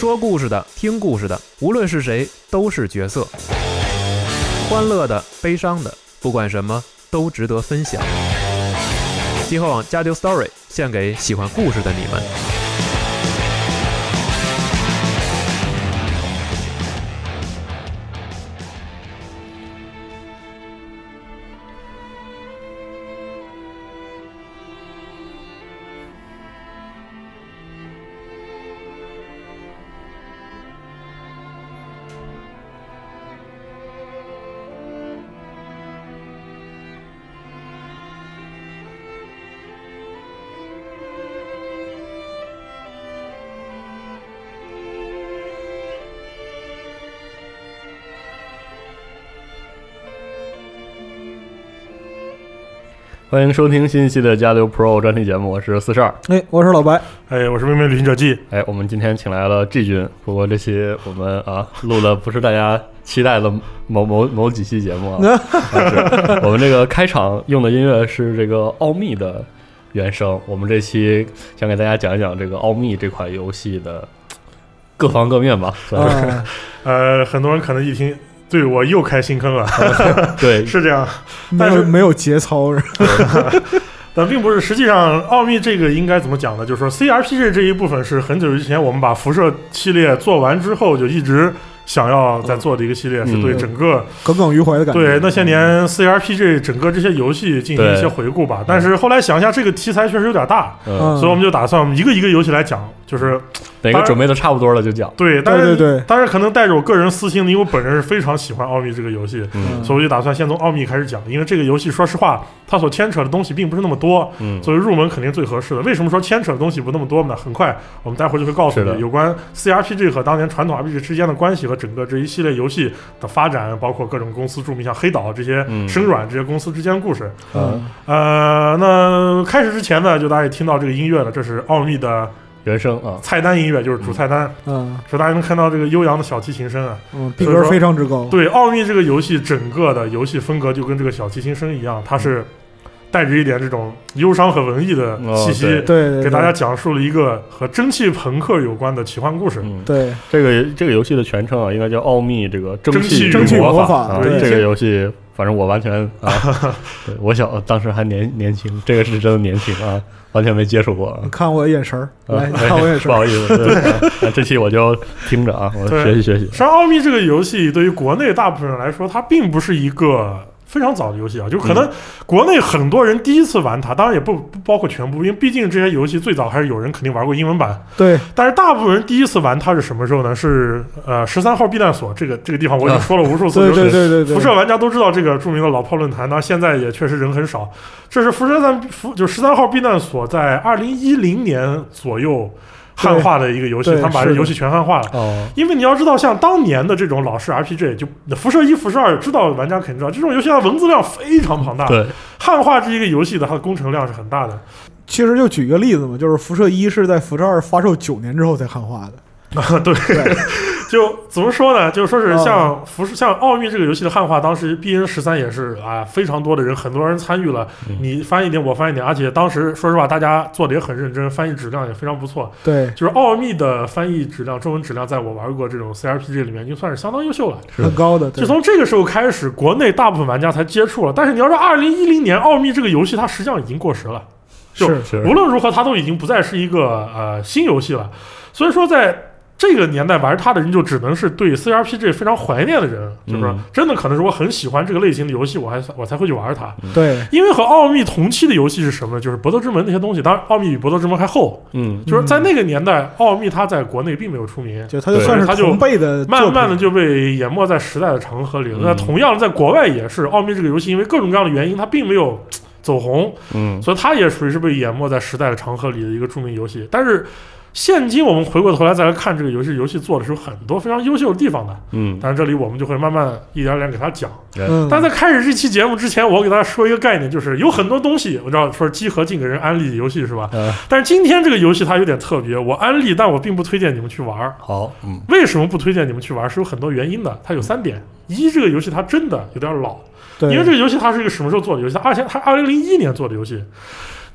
说故事的、听故事的，无论是谁，都是角色。欢乐的、悲伤的，不管什么都值得分享。集合网加丢 Story 献给喜欢故事的你们。 欢迎收听新一期的加流 Pro 专题节目，我是42。 我是老白。 我是妹妹旅行者季。 我们今天请来了 G 君，不过这期我们录的不是大家期待的某几期节目啊，是我们这个开场用的音乐是这个奥秘的原声。我们这期想给大家讲一讲这个奥秘这款游戏的各方各面吧，算是。 很多人可能一听。对，我又开新坑了。 对， 是这样，但是没有节操。 但并不是，实际上奥秘这个应该怎么讲呢？就是说 CRPG 这一部分是很久以前我们把辐射系列做完之后就一直想要再做的一个系列，是对整个耿耿于怀的感觉。 对那些年 CRPG 整个这些游戏进行一些回顾吧。但是后来想一下，这个题材确实有点大，所以我们就打算我们一个一个游戏来讲，就是哪个准备的差不多了就讲。 对，当然可能带着我个人私心的，因为我本人是非常喜欢奥秘这个游戏，所以我就打算先从奥秘开始讲。因为这个游戏说实话，它所牵扯的东西并不是那么多，所以入门肯定最合适的。为什么说牵扯的东西不那么多呢？很快我们待会儿就会告诉你有关 CRPG 和当年传统 RPG 之间的关系和整个这一系列游戏的发展，包括各种公司著名像黑岛这些生软这些公司之间的故事。那开始之前呢，就大家也听到这个音乐了，这是奥秘的原声菜单音乐，就是主菜单。所以大家能看到这个悠扬的小提琴声啊， 逼格非常之高。 对，奥秘这个游戏整个的游戏风格就跟这个小提琴声一样，它是带着一点这种忧伤和文艺的气息， 对， 给大家讲述了一个和蒸汽朋克有关的奇幻故事。 对， 这个游戏的全称应该叫奥秘这个蒸汽魔法。 这个游戏反正我完全对我当时还年轻，这个是真的年轻啊，完全没接触过。 看我眼神来看我眼神。 不好意思，这期我就听着啊，我学习。实际上，奥秘这个游戏对于国内大部分人来说，它并不是一个非常早的游戏啊，就可能国内很多人第一次玩它，当然也不包括全部，因为毕竟这些游戏最早还是有人肯定玩过英文版。 对， 但是大部分人第一次玩它是什么时候呢？是13号避难所这个地方，我已经说了无数次， 对， 辐射玩家都知道这个著名的老炮论坛，当然现在也确实人很少。这是就13号避难所在2010年左右汉化的一个游戏，他们把这游戏全汉化了。因为你要知道，像当年的这种老式 RPG， 就辐射1、辐射2，知道玩家肯定知道，这种游戏的文字量非常庞大。 对， 汉化这一个游戏的它的工程量是很大的。 其实就举个例子嘛，就是辐射1是在辐射2发售9年之后才汉化的。 对，就怎么说呢？就是说是像奥秘这个游戏的汉化，当时 BN13也是非常多的人，很多人参与了。你翻一点，我翻一点，而且当时说实话，大家做的也很认真，翻译质量也非常不错。 对， 就是奥秘的翻译质量、中文质量，在我玩过这种 CRPG 里面，已经算是相当优秀了， 很高的。 就从这个时候开始，国内大部分玩家才接触了。但是你要说2010年奥秘这个游戏，它实际上已经过时了。 是无论如何，它都已经不再是一个新游戏了。所以说在这个年代玩它的人就只能是对 CRPG 非常怀念的人，就是说真的可能是我很喜欢这个类型的游戏，我才会去玩它。 对， 因为和奥秘同期的游戏是什么呢？就是博德之门那些东西。当然，奥秘比博德之门还厚。就是在那个年代，奥秘它在国内并没有出名， 就它就算是同辈的， 慢慢的就被淹没在时代的长河里了。那同样在国外也是，奥秘这个游戏因为各种各样的原因，它并没有走红，所以它也属于是被淹没在时代的长河里的一个著名游戏。但是现今我们回过头来再来看这个游戏做的是有很多非常优秀的地方的，但是这里我们就会慢慢一点点给他讲。但在开始这期节目之前，我给大家说一个概念，就是有很多东西我知道说集合进给人安利的游戏是吧？但是今天这个游戏它有点特别，我安利，但我并不推荐你们去玩。 好， 为什么不推荐你们去玩？是有很多原因的，它有3点。一，这个游戏它真的有点老，因为这个游戏它是一个什么时候做的游戏？它2001年做的游戏。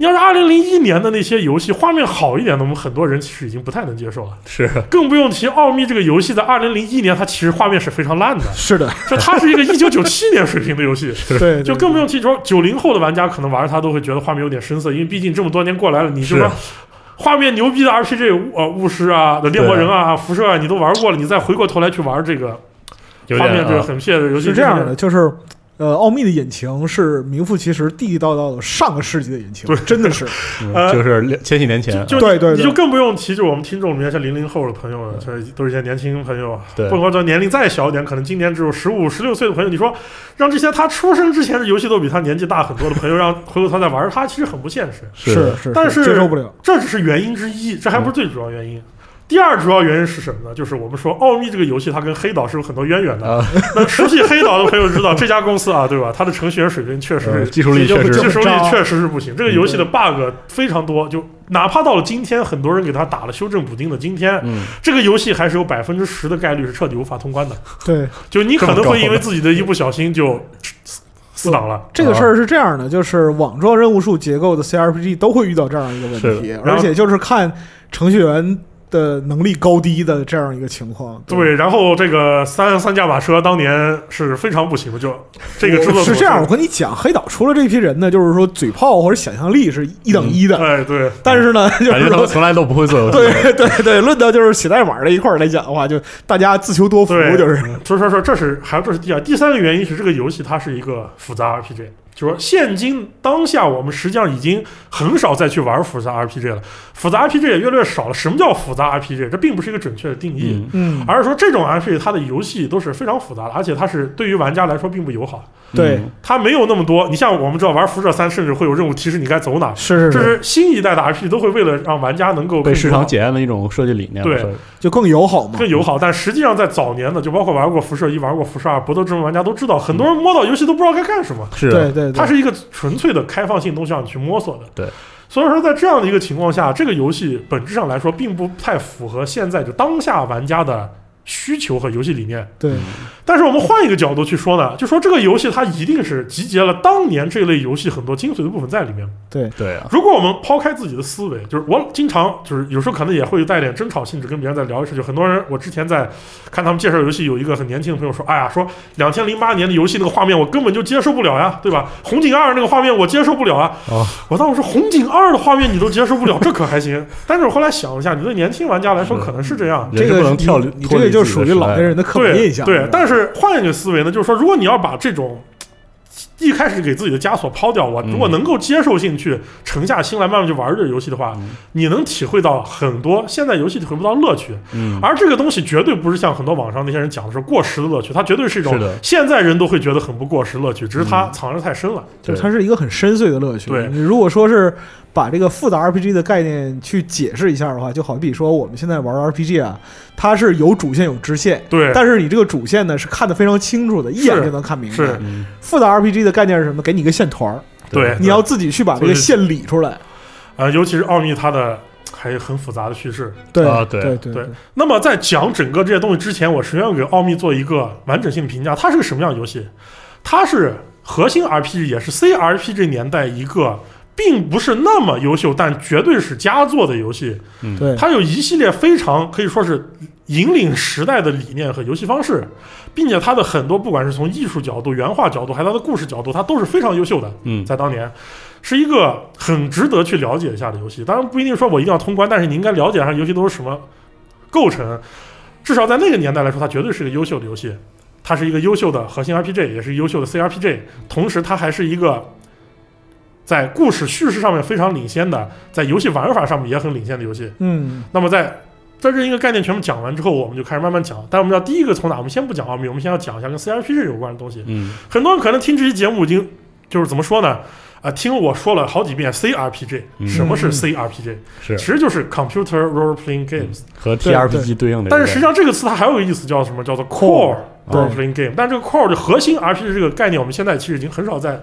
你要是2001年的那些游戏画面好一点的，我们很多人其实已经不太能接受了。 是， 更不用提奥秘这个游戏在2001年，它其实画面是非常烂的。 是的， 就它是一个1997年水平的游戏。 对， 就更不用提说90后的玩家可能玩它都会觉得画面有点生涩，因为毕竟这么多年过来了，你就说画面牛逼的 RPG，巫师啊、的猎魔人啊、辐射啊，你都玩过了，你再回过头来去玩这个画面这个很撇的游戏， 是这样的，就是奥秘的引擎是名副其实、地地道道的上个世纪的引擎， 对， 真的是， 就是千禧年前， 对， 你就更不用提，就我们听众里面像00后的朋友了，这都是一些年轻朋友， 对， 或者说年龄再小一点，可能今年只有15、16岁的朋友，你说让这些他出生之前的游戏都比他年纪大很多的朋友，让回过头再玩它，其实很不现实， 是， 但是接受不了， 这只是原因之一，这还不是最主要原因。第二主要原因是什么呢？就是我们说奥秘这个游戏它跟黑岛是有很多渊源的。那熟悉黑岛的朋友知道这家公司啊，对吧？它的程序员水平确实是技术力确实是不行。这个游戏的 bug 非常多，就哪怕到了今天，很多人给它打了修正补丁的今天，这个游戏还是有10%的概率是彻底无法通关的。 对， 就你可能会因为自己的一不小心就死档了。 这个事儿是这样的，就是网状任务数结构的 CRPG 都会遇到这样一个问题，而且就是看程序员的能力高低的这样一个情况。 对，然后这个三驾马车当年是非常不行的，就这个制作是这样，我跟你讲，黑岛出了这批人呢，就是说嘴炮或者想象力是1等1的， 哎对， 但是呢就是说从来都不会做游戏， 对，论到就是写代码这一块来讲的话，就大家自求多福，就是说这是第二、第三个原因是这个游戏它是一个复杂 RPG。就是说，现今当下我们实际上已经很少再去玩复杂 RPG 了，复杂 RPG 也越来越少了。什么叫复杂 RPG？ 这并不是一个准确的定义，而是说这种 RPG 它的游戏都是非常复杂的，而且它是对于玩家来说并不友好。 对， 它没有那么多。你像我们知道玩辐射3，甚至会有任务提示你该走哪， 是， 这是新一代的 RPG 都会为了让玩家能够被市场检验的一种设计理念， 对， 就更友好嘛， 更友好。但实际上在早年的，就包括玩过辐射1、玩过辐射2、博德之门玩家都知道，很多人摸到游戏都不知道该干什么。 是， 对， 它是一个纯粹的开放性东西让你去摸索的。 对， 所以说在这样的一个情况下，这个游戏本质上来说并不太符合现在就当下玩家的需求和游戏理念。 对， 但是我们换一个角度去说呢，就说这个游戏它一定是集结了当年这类游戏很多精髓的部分在里面。 对啊。 如果我们抛开自己的思维，就是我经常就是有时候可能也会带点争吵性质跟别人在聊一次，就很多人我之前在看他们介绍游戏，有一个很年轻的朋友说，哎呀，说2008年的游戏那个画面我根本就接受不了呀，对吧？红警2那个画面我接受不了啊。我当时说红警2的画面你都接受不了，这可还行。但是我后来想一下，你对年轻玩家来说可能是这样， 这个不能跳离， 你这个就属于老年人的刻板印象。 对，但是换一个思维呢，就是说，如果你要把这种一开始给自己的枷锁抛掉，我如果能够接受性去沉下心来慢慢去玩这个游戏的话，你能体会到很多现在游戏体会不到乐趣。而这个东西绝对不是像很多网上那些人讲的是过时的乐趣，它绝对是一种现在人都会觉得很不过时的乐趣，只是它藏得太深了。 就它是一个很深邃的乐趣。 对， 你如果说是把这个复杂 RPG 的概念去解释一下的话，就好比说我们现在玩 RPG 啊，它是有主线有支线， 对， 但是你这个主线呢是看得非常清楚的，一眼就能看明白。 是， 复杂 RPG 的概念是什么？给你一个线团， 对， 你要自己去把这个线理出来。 尤其是奥秘它的还有很复杂的叙事。 对， 对。 那么在讲整个这些东西之前，我首先要给奥秘做一个完整性的评价。它是个什么样的游戏？它是核心 RPG， 也是 CRPG 年代一个并不是那么优秀，但绝对是佳作的游戏。 对， 它有一系列非常可以说是引领时代的理念和游戏方式，并且它的很多不管是从艺术角度、原画角度，还有它的故事角度，它都是非常优秀的。在当年是一个很值得去了解一下的游戏。当然不一定说我一定要通关，但是你应该了解一下游戏都是什么构成。至少在那个年代来说，它绝对是一个优秀的游戏。它是一个优秀的核心 RPG， 也是优秀的 CRPG， 同时它还是一个在故事叙事上面非常领先的，在游戏玩法上面也很领先的游戏。那么在这一个概念全部讲完之后，我们就开始慢慢讲。但我们要第一个从哪？我们先不讲奥秘，我们先要讲一下跟 CRPG 有关的东西。很多人可能听这期节目已经就是怎么说呢？听我说了好几遍 CRPG，什么是 CRPG？其实就是 Computer Role Playing Games， 和 TRPG 对应的。 但是实际上这个词它还有一个意思叫什么？叫做 Core Role Playing Game。但这个 Core 就核心 RPG 这个概念，我们现在其实已经很少在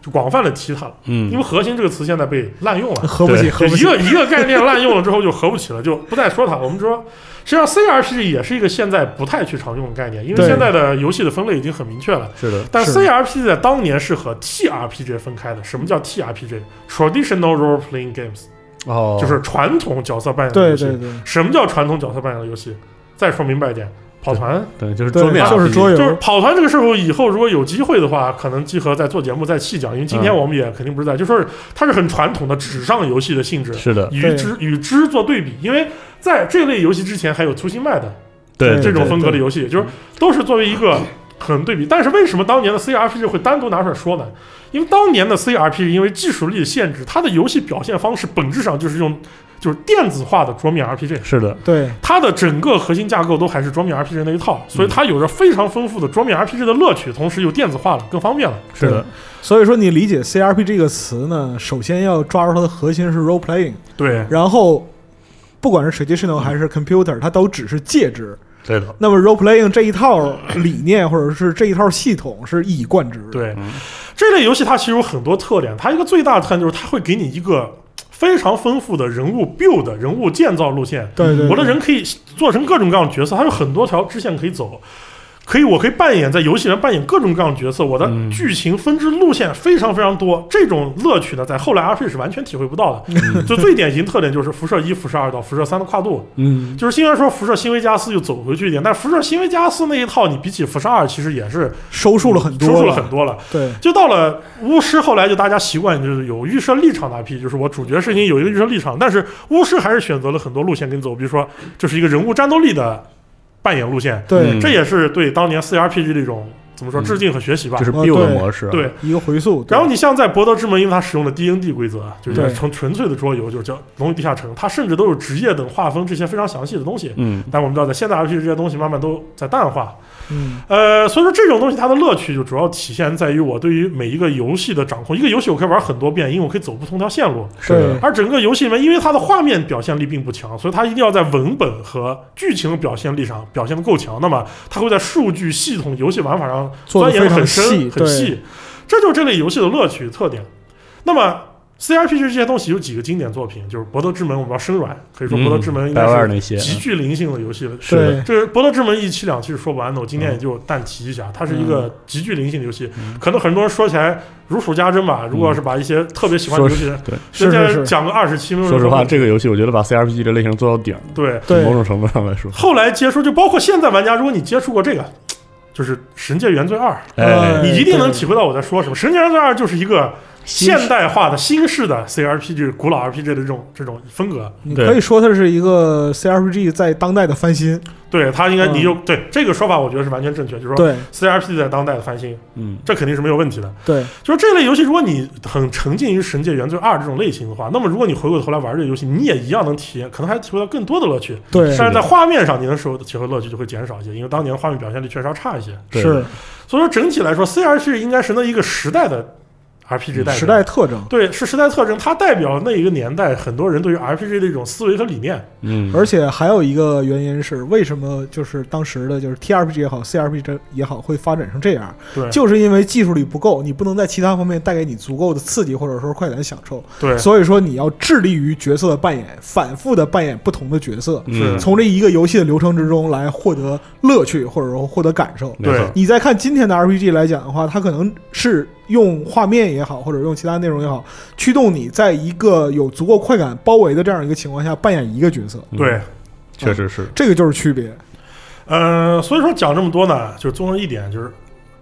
就广泛的提它了。因为核心这个词现在被滥用了， 合不起， 一个概念滥用了之后就合不起了，就不再说它。我们说，实际上 CRPG 也是一个现在不太去常用的概念，因为现在的游戏的分类已经很明确了。 是的， 但 CRPG 在当年是和 TRPG 分开的。什么叫 TRPG？Traditional Role Playing Games。就是传统角色扮演的游戏。 对。 什么叫传统角色扮演的游戏？再说明白一点。跑团， 对，就是桌面， 就是桌游， 就是跑团。这个时候以后如果有机会的话，可能集合再做节目再细讲，因为今天我们也肯定不是在，就说是它是很传统的纸上游戏的性质， 是的， 与之做对比，因为在这类游戏之前还有图形麦的这种风格的游戏，就是都是作为一个很对比。但是为什么当年的 CRPG 会单独拿出来说呢？因为当年的 CRPG 因为技术力的限制，它的游戏表现方式本质上就是电子化的桌面 RPG。 是的， 对， 它的整个核心架构都还是桌面 RPG 那一套，所以它有着非常丰富的桌面 RPG 的乐趣，同时又电子化了，更方便了。 是的， 所以说你理解 CRPG 这个词呢，首先要抓住它的核心是 role playing， 对， 然后不管是 traditional 还是 computer， 它都只是介质。 对的。 那么 role playing 这一套理念或者是这一套系统是一以贯之。 对，这类游戏它其实有很多特点，它一个最大的特点就是它会给你一个非常丰富的人物 build 人物建造路线。 对， 我的人可以做成各种各样的角色，它有很多条支线可以走。我可以扮演在游戏里面扮演各种各样的角色，我的剧情分支路线非常非常多。这种乐趣呢，在后来 RPG 是完全体会不到的。就最典型特点就是辐射1、辐射2到辐射3的跨度。就是虽然说辐射新维加斯又走回去一点，但辐射新维加斯那一套，你比起辐射2其实也是收束了很多了。 对，就到了巫师，后来就大家习惯就是有预设立场的 IP， 就是我主角是已经有一个预设立场，但是巫师还是选择了很多路线跟走，比如说就是一个人物战斗力的扮演路线。 对， 这也是对当年 CRPG 的一种怎么说致敬和学习吧， 就是 build 模式， 对， 一个回溯。 然后你像在博德之门，因为它使用的 D&D 规则，就是纯粹的桌游，就是叫龙与地下城，它甚至都有职业等划分这些非常详细的东西。但我们知道在现在 RPG 这些东西慢慢都在淡化。所以说这种东西它的乐趣就主要体现在于我对于每一个游戏的掌控。一个游戏我可以玩很多遍，因为我可以走不同条线路。 对。 而整个游戏里面，因为它的画面表现力并不强，所以它一定要在文本和剧情的表现力上表现得够强。那么它会在数据系统、游戏玩法上钻研得很深很细，这就是这类游戏的乐趣特点。那么 CRPG 这些东西有几个经典作品，就是《博德之门》，我们要生软，可以说《博德之门》应该是极具灵性的游戏了。 是， 这个《博德之门》1期2期是说不完的，我今天也就淡提一下，它是一个极具灵性的游戏。可能很多人说起来如数家珍吧，如果要是把一些特别喜欢的游戏，人家讲个20期， 说实话，这个游戏我觉得把 CRPG 这类型做到顶。 对， 某种程度上来说， 后来接触就包括现在玩家，如果你接触过这个。就是《神界原罪2》，你一定能体会到我在说什么。《神界原罪2》就是一个现代化的新式的 CRPG 古老 RPG 的这种风格。 你可以说它是一个 CRPG 在当代的翻新。 对，它应该对这个说法，我觉得是完全正确，就是说 CRPG 在当代的翻新，这肯定是没有问题的。 对， 就是这类游戏，如果你很沉浸于《神界原罪2》这种类型的话，那么如果你回过头来玩这个游戏，你也一样能体验，可能还体会到更多的乐趣。 对， 但是在画面上，你能体会乐趣就会减少一些，因为当年画面表现力确实要差一些。 是， 所以说整体来说 ，CRPG 应该是那一个时代的。RPG 代表时代特征， 对，是时代特征，它代表了那一个年代很多人对于 RPG 的一种思维和理念。 而且还有一个原因是，为什么就是当时的就是 TRPG 也好 ，CRPG 也好，会发展成这样？ 对， 就是因为技术力不够，你不能在其他方面带给你足够的刺激或者说快感享受。 对， 所以说你要致力于角色的扮演，反复的扮演不同的角色，从这一个游戏的流程之中来获得乐趣或者说获得感受。 对， 你再看今天的 RPG 来讲的话，它可能是用画面也好，或者用其他内容也好，驱动你在一个有足够快感包围的这样一个情况下扮演一个角色。 对， 确实是， 这个就是区别。 所以说讲这么多呢，就是综合一点，就是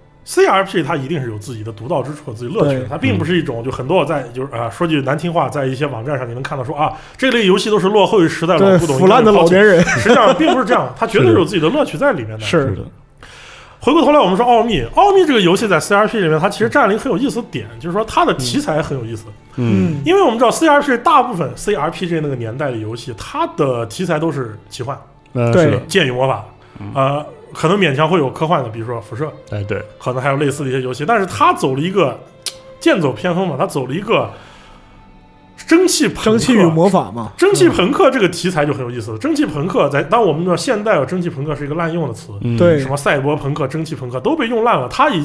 CRPG 它一定是有自己的独到之处、自己乐趣的，它并不是一种就很多在就是说句难听话，在一些网站上你能看到说啊，这类游戏都是落后于时代、老不懂、 腐烂的老年人。 实际上并不是这样，它绝对有自己的乐趣在里面的。 是的。 回过头来，我们说奥秘这个游戏在 CRPG 里面，它其实占了一个很有意思的点，就是说它的题材很有意思。因为我们知道 CRPG 大部分 CRPG 那个年代的游戏，它的题材都是奇幻， 对， 剑与魔法，可能勉强会有科幻的，比如说辐射， 对， 可能还有类似的一些游戏，但是它走了一个剑走偏锋嘛，它走了一个蒸汽与魔法嘛， 蒸汽朋克这个题材就很有意思了。蒸汽朋克当我们知道现代蒸汽朋克是一个滥用的词， 对， 什么赛博朋克、蒸汽朋克都被用烂了。它已经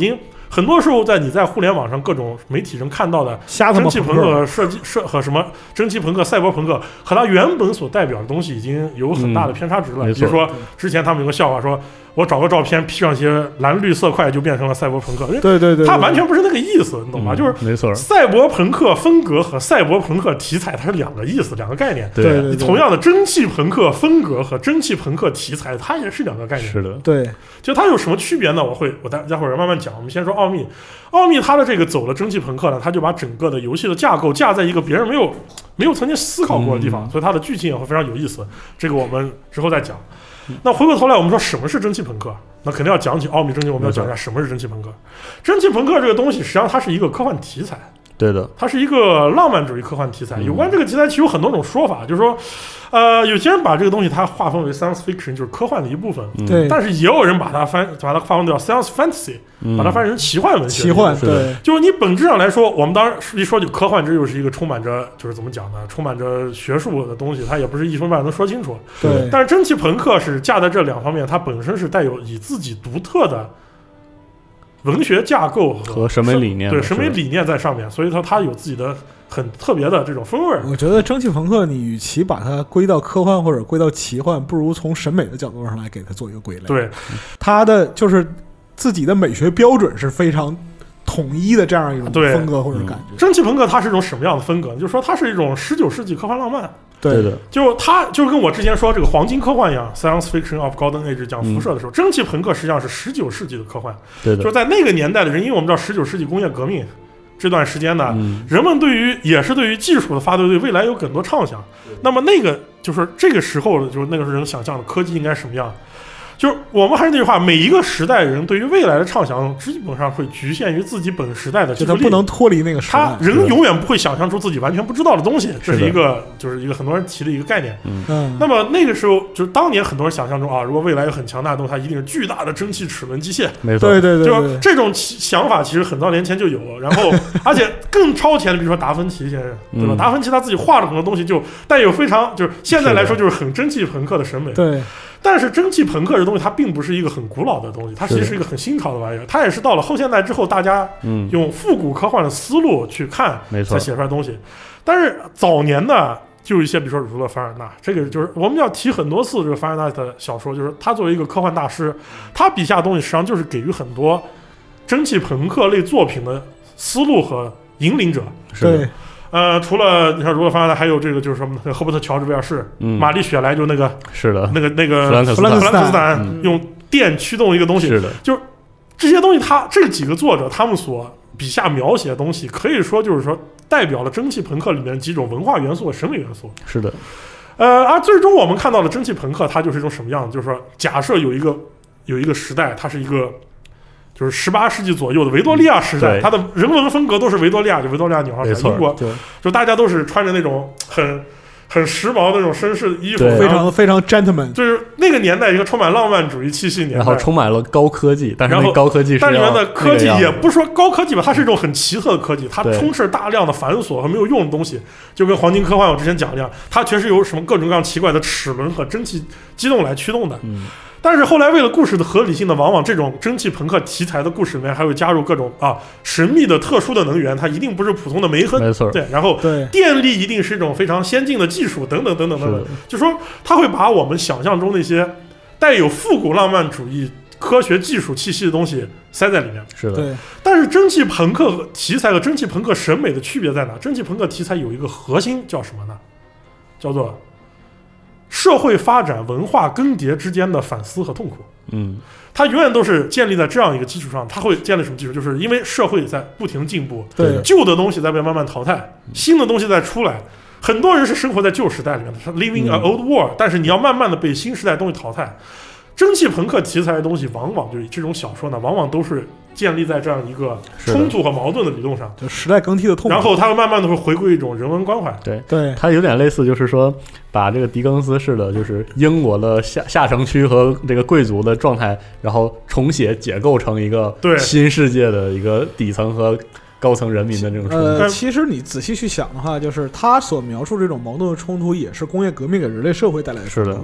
很多时候你在互联网上各种媒体上看到的蒸汽朋克和什么蒸汽朋克、赛博朋克和它原本所代表的东西已经有很大的偏差值了。比如说之前他们有个笑话说，我找个照片 P 上一些蓝绿色块就变成了赛博朋克。 对， 它完全不是那个意思，你懂吗？就是没错， 赛博朋克风格和赛博朋克题材它是两个意思，两个概念。 对， 你同样的蒸汽朋克风格和蒸汽朋克题材它也是两个概念。 是的， 对，就它有什么区别呢？我待会儿慢慢讲。我们先说奥秘它的这个走了蒸汽朋克呢，它就把整个的游戏的架构架在一个别人没有曾经思考过的地方，所以它的剧情也会非常有意思。这个我们之后再讲。那回过头来，我们说什么是蒸汽朋克？那肯定要讲起奥秘蒸汽，我们要讲一下什么是蒸汽朋克。蒸汽朋克这个东西，实际上它是一个科幻题材。 对的， 它是一个浪漫主义科幻题材。有关这个题材，其实有很多种说法，就是说，有些人把这个东西它划分为 science fiction， 就是科幻的一部分。 对。 但是也有人把它划分掉 science fantasy，把它翻译成奇幻文学。 奇幻，对。 就是你本质上来说，我们当然一说起科幻，这又是一个充满着就是怎么讲呢？充满着学术的东西，它也不是一时半会能说清楚。 对。 但是蒸汽朋克是架在这两方面，它本身是带有以自己独特的文学架构和审美理念， 对审美理念在上面，所以它有自己的很特别的这种风味。 我觉得蒸汽朋克，你与其把它归到科幻或者归到奇幻，不如从审美的角度上来给它做一个归类。 对， 它的就是自己的美学标准是非常统一的这样一种风格或者感觉。 蒸汽朋克它是一种什么样的风格？就是说它是一种19世纪科幻浪漫。 对的， 就它就是跟我之前说这个黄金科幻一样 ，Science Fiction of Golden Age 讲辐射的时候，蒸汽朋克实际上是19世纪的科幻。 对的， 就是在那个年代的人，因为我们知道19世纪工业革命这段时间呢，人们也是对于技术的发展，对未来有很多畅想。那么那个就是这个时候，就是那个时候人想象的科技应该什么样？就是我们还是那句话，每一个时代人对于未来的畅想，基本上会局限于自己本时代的技术力， 他不能脱离那个时代。 人永远不会想象出自己完全不知道的东西，这是一个就是一个很多人提的一个概念。那么那个时候，就是当年很多人想象中啊，如果未来有很强大的东西，它一定是巨大的蒸汽齿轮机械。 没错， 对， 就这种想法其实很多年前就有，然后而且更超前的，比如说达芬奇先生，对吧？达芬奇他自己画了很多东西，就带有非常就是现在来说就是很蒸汽朋克的审美。 对。 但是蒸汽朋克这东西它并不是一个很古老的东西，它其实是一个很新潮的玩意儿。它也是到了后现代之后，大家用复古科幻的思路去看，才写出来的东西。但是早年呢，就有一些比如说儒勒·凡尔纳，这个就是我们要提很多次这个凡尔纳的小说，就是他作为一个科幻大师，他笔下的东西实际上就是给予很多蒸汽朋克类作品的思路和引领者。 对。 除了你看，如果发现还有这个就是什么，赫伯特·乔治·威尔士、玛丽·雪莱，就那个是的， 那个弗兰克斯坦用电驱动一个东西， 是的， 就是这些东西，这几个作者他们所笔下描写的东西，可以说就是说代表了蒸汽朋克里面几种文化元素和审美元素。 是的， 而最终我们看到的蒸汽朋克，它就是一种什么样子？就是说，假设有一个时代，它是一个。就是18世纪左右的维多利亚时代，它的人文风格都是维多利亚，就维多利亚女孩在英国，就大家都是穿着那种很时髦的那种绅士的衣服， 非常 gentleman， 就是那个年代一个充满浪漫主义气息年代， 然后充满了高科技，但是那高科技是但里面的科技也不说高科技吧，它是一种很奇特的科技，它充斥大量的繁琐和没有用的东西，就跟黄金科幻我之前讲一样，它确实有什么各种各样奇怪的齿轮和蒸汽机动来驱动的。但是后来为了故事的合理性呢，往往这种蒸汽朋克题材的故事里面还会加入各种神秘的特殊的能源，它一定不是普通的煤和没错， 对，然后电力一定是一种非常先进的技术等等等等等等，就说它会把我们想象中那些带有复古浪漫主义科学技术气息的东西塞在里面。 是的，对。 但是蒸汽朋克题材和蒸汽朋克审美的区别在哪？蒸汽朋克题材有一个核心叫什么呢？叫做社会发展、文化更迭之间的反思和痛苦。它永远都是建立在这样一个基础上。它会建立什么基础？就是因为社会在不停进步， 对， 旧的东西在被慢慢淘汰，新的东西在出来。很多人是生活在旧时代里面的，是 living an old world，但是你要慢慢的被新时代东西淘汰。蒸汽朋克题材的东西，往往就是这种小说呢，往往都是建立在这样一个冲突和矛盾的理论上， 就时代更替的痛苦。 然后它会慢慢的会回归一种人文关怀。 对，它有点类似，就是说把这个狄更斯式的，就是英国的下城区和这个贵族的状态，然后重写解构成一个新世界的一个底层和高层人民的这种冲突。 其实你仔细去想的话，就是他所描述这种矛盾的冲突，也是工业革命给人类社会带来的。 是的。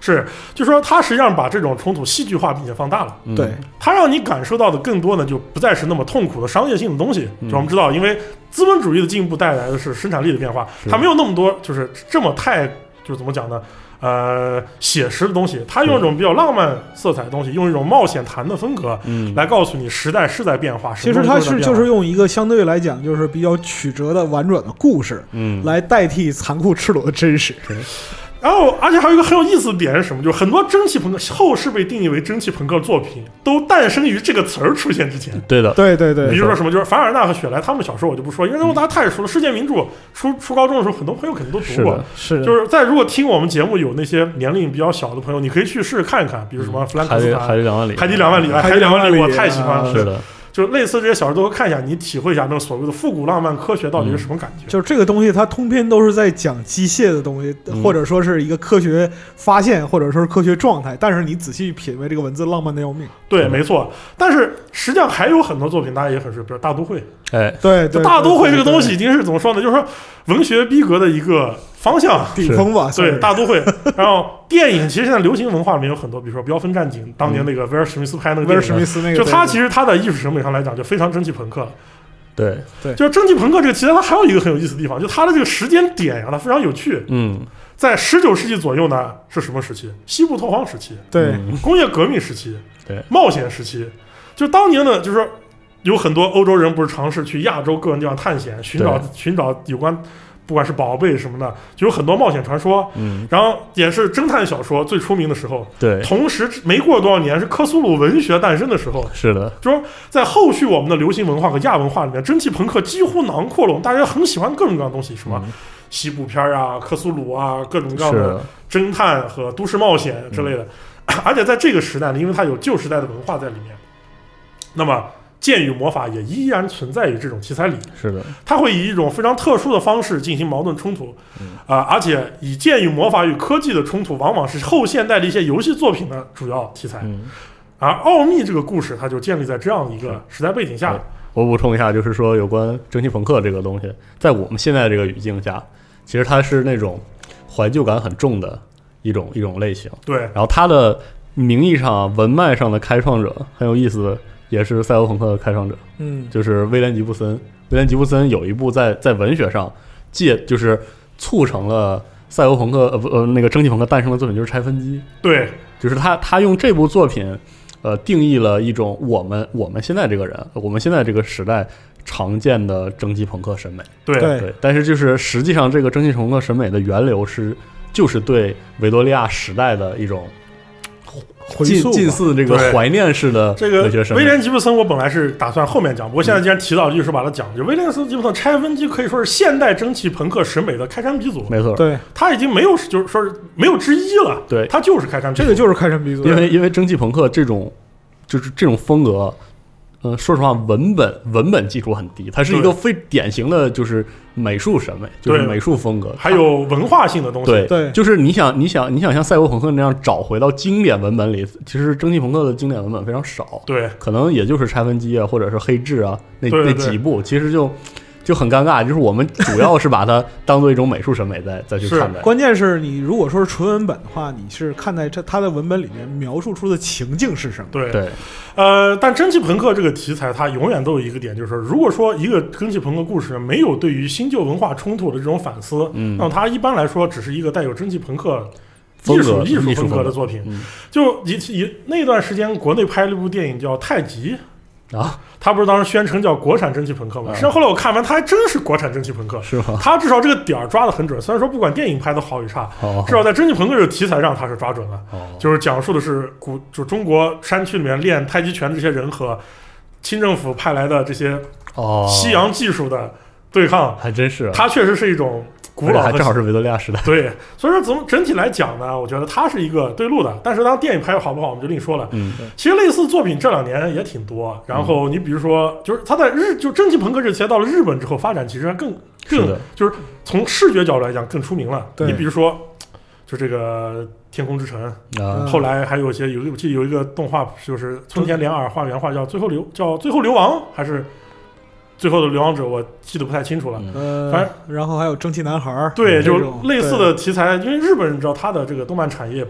是，就说它实际上把这种冲突戏剧化并且放大了。 对， 它让你感受到的更多呢，就不再是那么痛苦的商业性的东西。就我们知道，因为资本主义的进步带来的是生产力的变化，它没有那么多就是这么太就是怎么讲呢？写实的东西，它用一种比较浪漫色彩的东西，用一种冒险谈的风格，来告诉你时代是在变化。 其实它就是用一个相对来讲就是比较曲折的婉转的故事，来代替残酷赤裸的真实。 然后，而且还有一个很有意思的点是什么？就是很多蒸汽朋克后世被定义为蒸汽朋克作品，都诞生于这个词儿出现之前。 对的， 对对对。 比如说什么，就是凡尔纳和雪莱他们小时候我就不说，因为大家太熟了。世界名著初高中的时候，很多朋友肯定都读过。 是的。 就是如果听我们节目有那些年龄比较小的朋友，你可以去试试看一看，比如什么弗兰克斯坦、 海底2万里、 海底2万里、海底2万里，我太喜欢了。 是的。 就类似这些小说都会看一下，你体会一下那种所谓的复古浪漫科学到底是什么感觉。 就是这个东西，它通篇都是在讲机械的东西，或者说是一个科学发现，或者说是科学状态。但是你仔细品味这个文字，浪漫的要命。 对，没错。但是实际上还有很多作品，大家也很熟，比如《大都会》。 哎， 对， 大都会这个东西已经是怎么说呢？就是说文学逼格的一个方向顶峰吧。 对，大都会。然后电影其实现在流行文化里面有很多，比如说《飙风战警》，当年那个威尔史密斯拍那个电影， 威尔史密斯那个， 就他其实他的艺术审美上来讲就非常蒸汽朋克。 对， 就是蒸汽朋克这个题材，它还有一个很有意思的地方，就它的这个时间点呀，它非常有趣。在19世纪左右呢，是什么时期？西部拓荒时期， 对， 工业革命时期， 对， 冒险时期。就当年呢，就是说有很多欧洲人不是尝试去亚洲各个地方探险，寻找有关不管是宝贝什么的，就有很多冒险传说。然后也是侦探小说最出名的时候。 对， 同时没过多少年是科苏鲁文学诞生的时候。 是的， 就是说在后续我们的流行文化和亚文化里面，蒸汽朋克几乎囊括了我们大家很喜欢各种各样的东西，什么西部片啊、科苏鲁啊，各种各样的侦探和都市冒险之类的。而且在这个时代呢，因为它有旧时代的文化在里面，那么剑与魔法也依然存在于这种题材里。 是的， 它会以一种非常特殊的方式进行矛盾冲突，而且以剑与魔法与科技的冲突，往往是后现代的一些游戏作品的主要题材。而奥秘这个故事，它就建立在这样一个时代背景下。 我补充一下，就是说有关蒸汽朋克这个东西，在我们现在这个语境下，其实它是那种怀旧感很重的一种类型。 对， 然后它的名义上、文脉上的开创者很有意思的。也是赛博朋克的开创者，就是威廉吉布森。威廉吉布森有一部在文学上就是促成了赛博朋克那个蒸汽朋克诞生的作品，就是拆分机。 对， 就是他用这部作品定义了一种我们现在这个人，我们现在这个时代常见的蒸汽朋克审美。 对， 但是就是实际上这个蒸汽朋克审美的源流就是对维多利亚时代的一种近似这个怀念式的这个威廉吉布森，我本来是打算后面讲，不过现在既然提到，就是把它讲。就威廉吉布森拆分机可以说是现代蒸汽朋克审美的开山鼻祖。 没错， 对， 他已经没有就是说是没有之一了。 对， 他就是开山鼻祖， 这个就是开山鼻祖。 因为蒸汽朋克这种风格。说实话，文本基础很低，它是一个非典型的就是美术审美，就是美术风格， 还有文化性的东西。 对，就是你想像赛博朋克那样找回到经典文本里，其实蒸汽朋克的经典文本非常少。 对， 可能也就是拆分机啊，或者是黑质啊那几部，其实就很尴尬，就是我们主要是把它当做一种美术审美再去看待。 关键是你如果说是纯文本的话，你是看待它的文本里面描述出的情境是什么？ 对，但蒸汽朋克这个题材，它永远都有一个点，就是说，如果说一个蒸汽朋克故事没有对于新旧文化冲突的这种反思，那么它一般来说只是一个带有蒸汽朋克艺术风格的作品。就以那段时间国内拍了一部电影叫《太极》。他不是当时宣称叫国产蒸汽朋克吗？实际上后来我看完，他还真是国产蒸汽朋克， 是吗？ 他至少这个点儿抓得很准。虽然说不管电影拍的好与差，至少在蒸汽朋克这个题材上他是抓准了。就是讲述的是就中国山区里面练太极拳的这些人和清政府派来的这些西洋技术的对抗， 还真是。 它确实是一种古老， 还正好是维多利亚时代。 对，所以说从整体来讲呢，我觉得它是一个对路的。但是当电影拍的好不好，我们就另说了。其实类似作品这2年也挺多。然后你比如说，就是它在就蒸汽朋克这题材到了日本之后发展，其实更就是从视觉角度来讲更出名了。你比如说，就这个天空之城，后来还有一些有一个动画，就是村田莲耳画原画叫最后流亡还是。最后的流亡者我记得不太清楚了，反正然后还有蒸汽男孩， 对，就类似的题材，因为日本人知道他的这个动漫产业把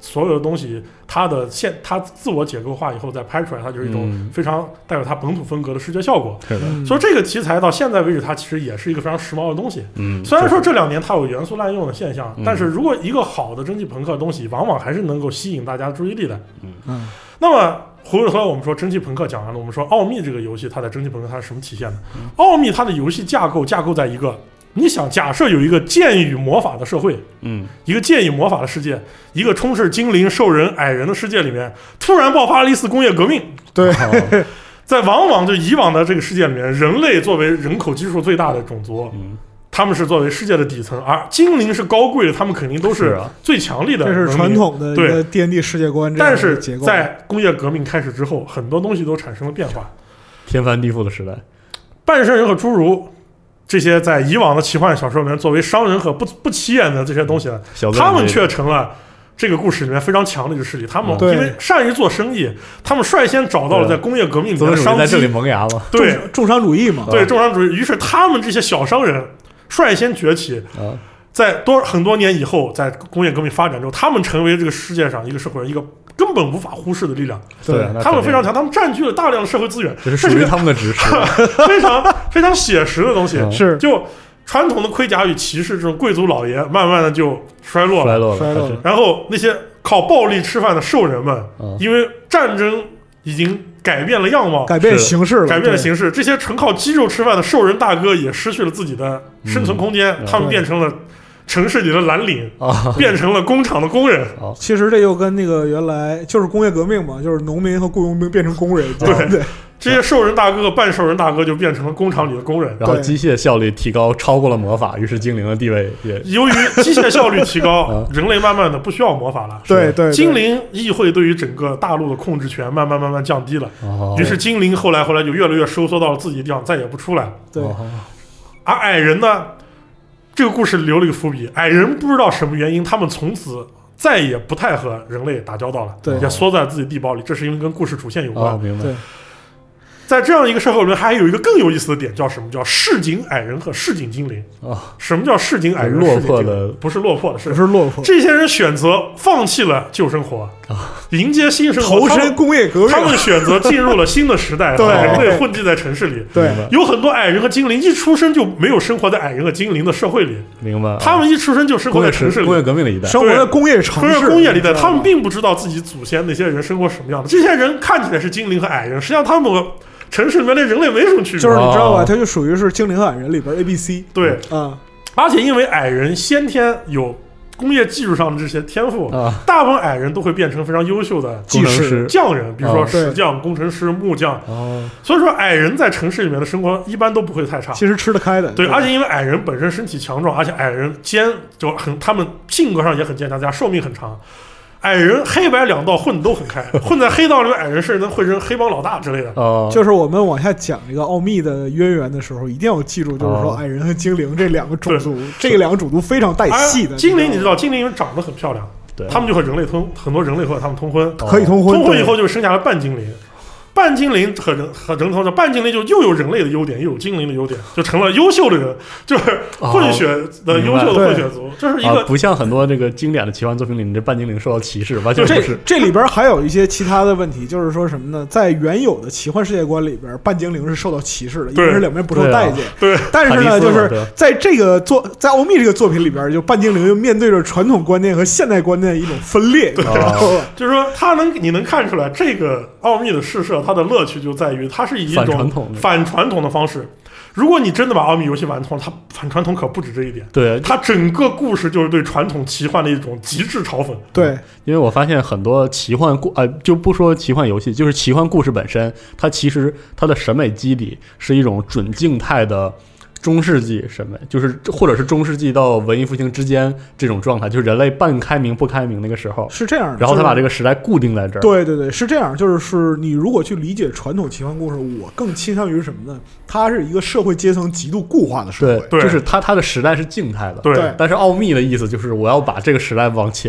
所有的东西它自我解构化以后再拍出来，它就是一种非常带有它本土风格的视觉效果。 是的， 所以这个题材到现在为止，它其实也是一个非常时髦的东西。虽然说这2年它有元素滥用的现象，但是如果一个好的蒸汽朋克的东西，往往还是能够吸引大家注意力的。那么回过头来我们说蒸汽朋克讲完了，我们说奥秘这个游戏它在蒸汽朋克它是什么体现的？奥秘它的游戏架构在一个，你想假设有一个剑与魔法的社会，一个剑与魔法的世界，一个充斥精灵、兽人、矮人的世界里面，突然爆发了一次工业革命。 对， 在往往就以往的这个世界里面，人类作为人口基数最大的种族，他们是作为世界的底层，而精灵是高贵的，他们肯定都是最强力的。 这是传统的一个 D&D 世界观。 但是在工业革命开始之后，很多东西都产生了变化， 天翻地覆的时代。 半圣人和侏儒这些在以往的奇幻小说里面作为商人和不起眼的这些东西，他们却成了这个故事里面非常强的一个势力。他们因为善于做生意，他们率先找到了在工业革命里面的商机， 在这里萌芽了。 对， 重商主义嘛。 对，重商主义。于是他们这些小商人率先崛起，在很多年以后，在工业革命发展之后，他们成为这个世界上一个社会一个根本无法忽视的力量。 对， 他们非常强，他们占据了大量的社会资源， 这是属于他们的知识， 非常写实的东西。 是， 就传统的盔甲与骑士这种贵族老爷，慢慢的就衰落了。然后那些靠暴力吃饭的兽人们，因为战争已经改变了样貌， 改变形式了， 改变了形式。这些纯靠肌肉吃饭的兽人大哥也失去了自己的生存空间，他们变成了城市里的蓝领，变成了工厂的工人。 其实这又跟那个原来就是工业革命嘛，就是农民和雇佣兵变成工人。对， 这些兽人大哥、半兽人大哥就变成了工厂里的工人， 然后机械效率提高，超过了魔法，于是精灵的地位也由于机械效率提高，人类慢慢的不需要魔法了。 对， 精灵议会对于整个大陆的控制权慢慢降低了，于是精灵后来就越来越收缩到了自己的地方，再也不出来。 对， 而矮人呢？这个故事留了一个伏笔，矮人不知道什么原因，他们从此再也不太和人类打交道了，也缩在自己地堡里。这是因为跟故事主线有关。 明白。 在这样一个社会里面，还有一个更有意思的点，叫什么？叫市井矮人和市井精灵。什么叫市井矮人？ 落魄的不是落魄的， 不是落魄。 这些人选择放弃了旧生活，迎接新生活， 投身工业革命。 他们选择进入了新的时代，和人类混迹在城市里。 对， 有很多矮人和精灵一出生就没有生活在矮人和精灵的社会里。 明白。 他们一出生就生活在城市里， 工业革命的一代， 生活在工业城市、 工业里的，他们并不知道自己祖先那些人生活什么样的。这些人看起来是精灵和矮人，实际上他们城市里面的人类没什么区别， 就是你知道吧？它就属于是精灵和矮人里边 ABC。 对，而且因为矮人先天有工业技术上的这些天赋，大部分矮人都会变成非常优秀的技师、 匠人，比如说石匠、工程师、木匠。所以说矮人在城市里面的生活一般都不会太差， 其实吃得开的。 对，而且因为矮人本身身体强壮，而且矮人他们性格上也很坚强，加寿命很长。矮人黑白两道混都很开，混在黑道里面，矮人甚至能混成黑帮老大之类的。 就是我们往下讲这个奥秘的渊源的时候，一定要记住，就是说矮人和精灵这两个种族，这两个种族非常带戏的。 精灵你知道，精灵因为长得很漂亮，他们就和人类很多人类和他们通婚， 可以通婚， 通婚以后就生下了半精灵。半精灵和人通半精灵就又有人类的优点，又有精灵的优点，就成了优秀的人，就是混血的优秀的混血族，这是一个不像很多这个经典的奇幻作品里，你这半精灵受到歧视，完全不是。 这里边还有一些其他的问题，就是说什么呢？在原有的奇幻世界观里边，半精灵是受到歧视的，因为是两边不受待见。 对， 但是呢，就是在在奥秘这个作品里边，就半精灵又面对着传统观念和现代观念的一种分裂。 就是说你能看出来这个奥秘的试射，它的乐趣就在于它是以一种反传统的方式。如果你真的把奥秘游戏玩通了，它反传统可不止这一点。 对， 它整个故事就是对传统奇幻的一种极致嘲讽。 对， 因为我发现很多奇幻就不说奇幻游戏，就是奇幻故事本身，它其实它的审美基底是一种准静态的中世纪审美，就是或者是中世纪到文艺复兴之间这种状态，就是人类半开明不开明那个时候是这样的。 然后他把这个时代固定在这儿。 对对对，是这样。就是你如果去理解传统奇幻故事，我更倾向于什么呢？它是一个社会阶层极度固化的社会， 对，就是它的时代是静态的。 对， 但是奥秘的意思就是我要把这个时代往前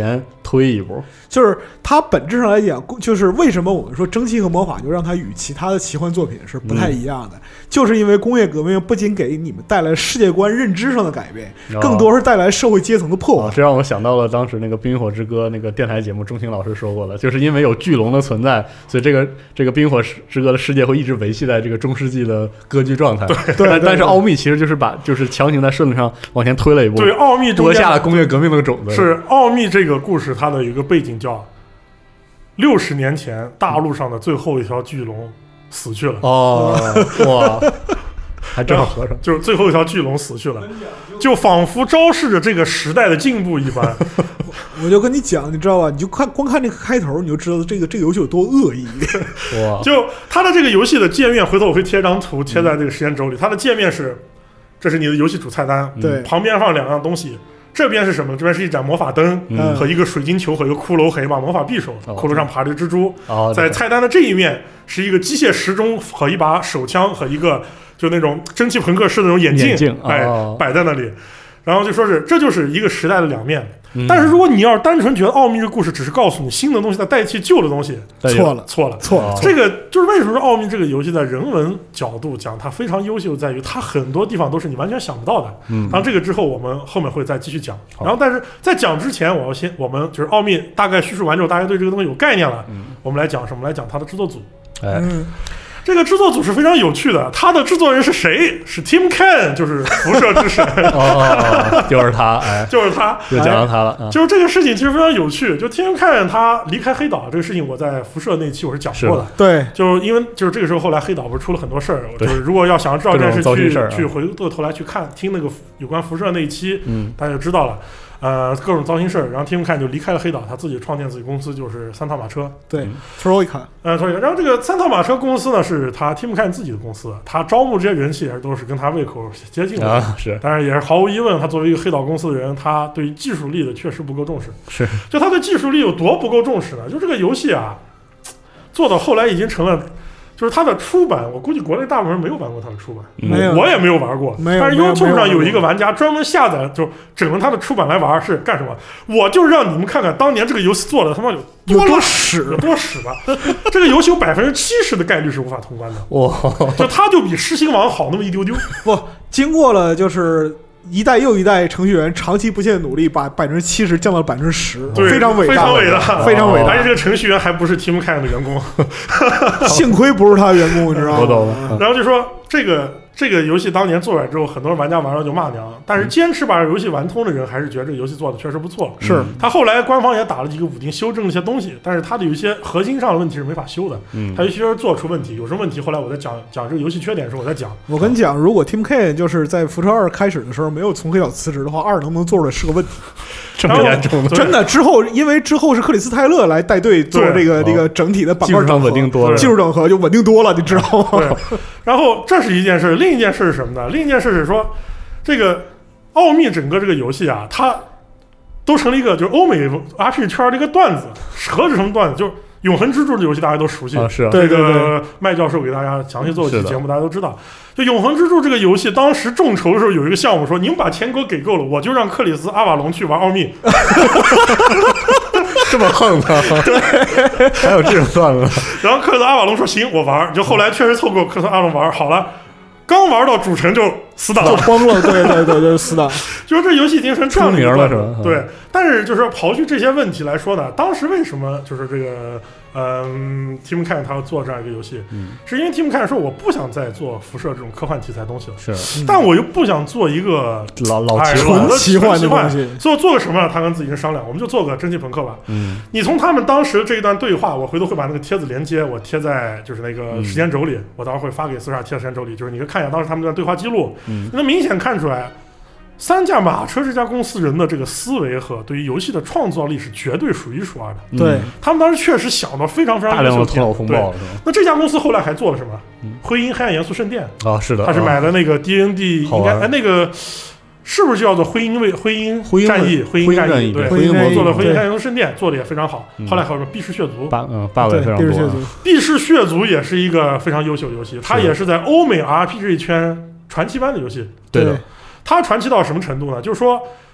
推一步。 就是它本质上来讲，就是为什么我们说蒸汽和魔法就让它与其他的奇幻作品是不太一样的，就是因为工业革命不仅给你们带来世界观认知上的改变，更多是带来社会阶层的破坏。 这让我想到了当时那个《冰与火之歌》那个电台节目，钟情老师说过了，就是因为有巨龙的存在，所以这个《冰与火之歌》的世界会一直维系在这个中世纪的割据状态。 对， 但是奥秘其实就是强行在顺路上往前推了一步， 对，奥秘播下了工业革命的种子。 是奥秘这个故事，它的有一个背景叫60年前大陆上的最后一条巨龙死去了。 哇，还正好合上， 就是最后一条巨龙死去了，就仿佛昭示着这个时代的进步一般。 我就跟你讲，你知道吧？你就光看这个开头，你就知道这个游戏有多恶意。 哇！ 就它的这个游戏的界面，回头我会贴张图贴在这个时间轴里。它的界面是，这是你的游戏主菜单， 对， 旁边放2样东西。这边是什么？这边是一盏魔法灯和一个水晶球和一个骷髅和一把魔法匕首，骷髅上爬着蜘蛛。在菜单的这一面是一个机械时钟和一把手枪和一个就那种蒸汽朋克式的那种眼镜，摆在那里。然后就说是这就是一个时代的两面。但是如果你要是单纯觉得奥秘这个故事只是告诉你新的东西在代替旧的东西，错了。这个就是为什么说奥秘这个游戏在人文角度讲它非常优秀，在于它很多地方都是你完全想不到的。然后这个之后我们后面会再继续讲。然后但是在讲之前，我们就是奥秘大概叙述完之后，大家对这个东西有概念了，我们来讲什么？来讲它的制作组。这个制作组是非常有趣的，他的制作人是谁？是 Tim Cain， 就是辐射之神。 就是他， 就是他， 就讲到他了。 就是这个事情其实非常有趣。就 Tim Cain 他离开黑岛这个事情，我在辐射那期我是讲过的。 对， 就因为就是这个时候，后来黑岛不是出了很多事儿。就是如果要想知道这件事，去回过头来去看听那个有关辐射那一期，大家就知道了。各种糟心事儿，然后 Tim Cain 就离开了黑岛，他自己创建自己公司，就是三套马车。 对 ，Troika。 然后这个三套马车公司呢，是他 Tim Cain 自己的公司，他招募这些人气也是都是跟他胃口接近的。 是， 但是也是毫无疑问，他作为一个黑岛公司的人，他对于技术力的确实不够重视。 是， 就他对技术力有多不够重视呢？就这个游戏啊，做到后来已经成了。就是它的出版，我估计国内大部分人没有玩过它的出版，我也没有玩过。但是 YouTube 上有一个玩家专门下载，就整了它的出版来玩，是干什么？我就让你们看看当年这个游戏做的他妈有多屎吧！这个游戏有70%的概率是无法通关的。 哇！ 就它就比狮心王好那么一丢丢。 不，经过了就是一代又一代程序员长期不懈的努力，把70%降到了10%，非常伟大，非常伟大。 而且这个程序员还不是 Tim Cain 的员工， 幸亏不是他的员工，你知道吗？ 我懂了。 然后就说这个游戏当年做出来之后，很多玩家玩了就骂娘，但是坚持把游戏玩通的人还是觉得这个游戏做的确实不错。 是他后来官方也打了几个补丁，修正了一些东西，但是他的有一些核心上的问题是没法修的。他有些做出问题，有什么问题？后来我在讲这个游戏缺点的时候，我在讲。 我跟你讲，如果 Tim Cain 就是在辐射2开始的时候没有从黑岛辞职的话，2能不能做出来是个问题。 这么严重的？ 真的，因为之后是克里斯泰勒来带队做这个整体的板块整合，技术整合就稳定多了，你知道吗？ 然后这是一件事，另一件事是什么呢？另一件事是说，这个奥秘整个这个游戏啊，它都成了一个就是欧美 RPG 圈的一个段子。何止什么段子？就是永恒之柱的游戏大家都熟悉， 是这个麦教授给大家详细做一期节目，大家都知道。就永恒之柱这个游戏，当时众筹的时候有一个项目说，你们把钱给够了，我就让克里斯阿瓦隆去玩奥秘。 这么横吗？对，还有这种段子。 然后克里斯阿瓦隆说行，我玩。就后来确实凑够克里斯阿瓦隆玩好了。刚玩到主城就死党就崩了，对，死党。 就是这游戏已经成这样的一个了是吧？ 对，但是就是说刨去这些问题来说呢，当时为什么就是这个Tim Cain 他要做这样一个游戏，是因为 Tim Cain 说我不想再做辐射这种科幻题材东西了，但我又不想做一个老奇幻的东西， 所以我做个什么呢？他跟自己人商量，我们就做个蒸汽朋克吧。你从他们当时这一段对话，我回头会把那个帖子连接我贴在就是那个时间轴里，我到时候会发给42贴时间轴里，就是你可以看一下当时他们那段对话记录，你能明显看出来。三驾马车这家公司人的这个思维和对于游戏的创造力是绝对数一数二的。 对， 他们当时确实想到非常非常大量的头脑风暴。 那这家公司后来还做了什么？灰鹰黑暗元素圣殿啊，是的， 他是买了那个 D&D， 应该那个是不是叫做灰鹰战役？灰鹰战役，对， 灰鹰做了灰鹰黑暗元素圣殿，做的也非常好。后来还有什么避世血族 ，bug 也非常多。 避世血族也是一个非常优秀的游戏，它也是在欧美 RPG 这一圈传奇般的游戏。 对的。 它传奇到什么程度呢？就是说，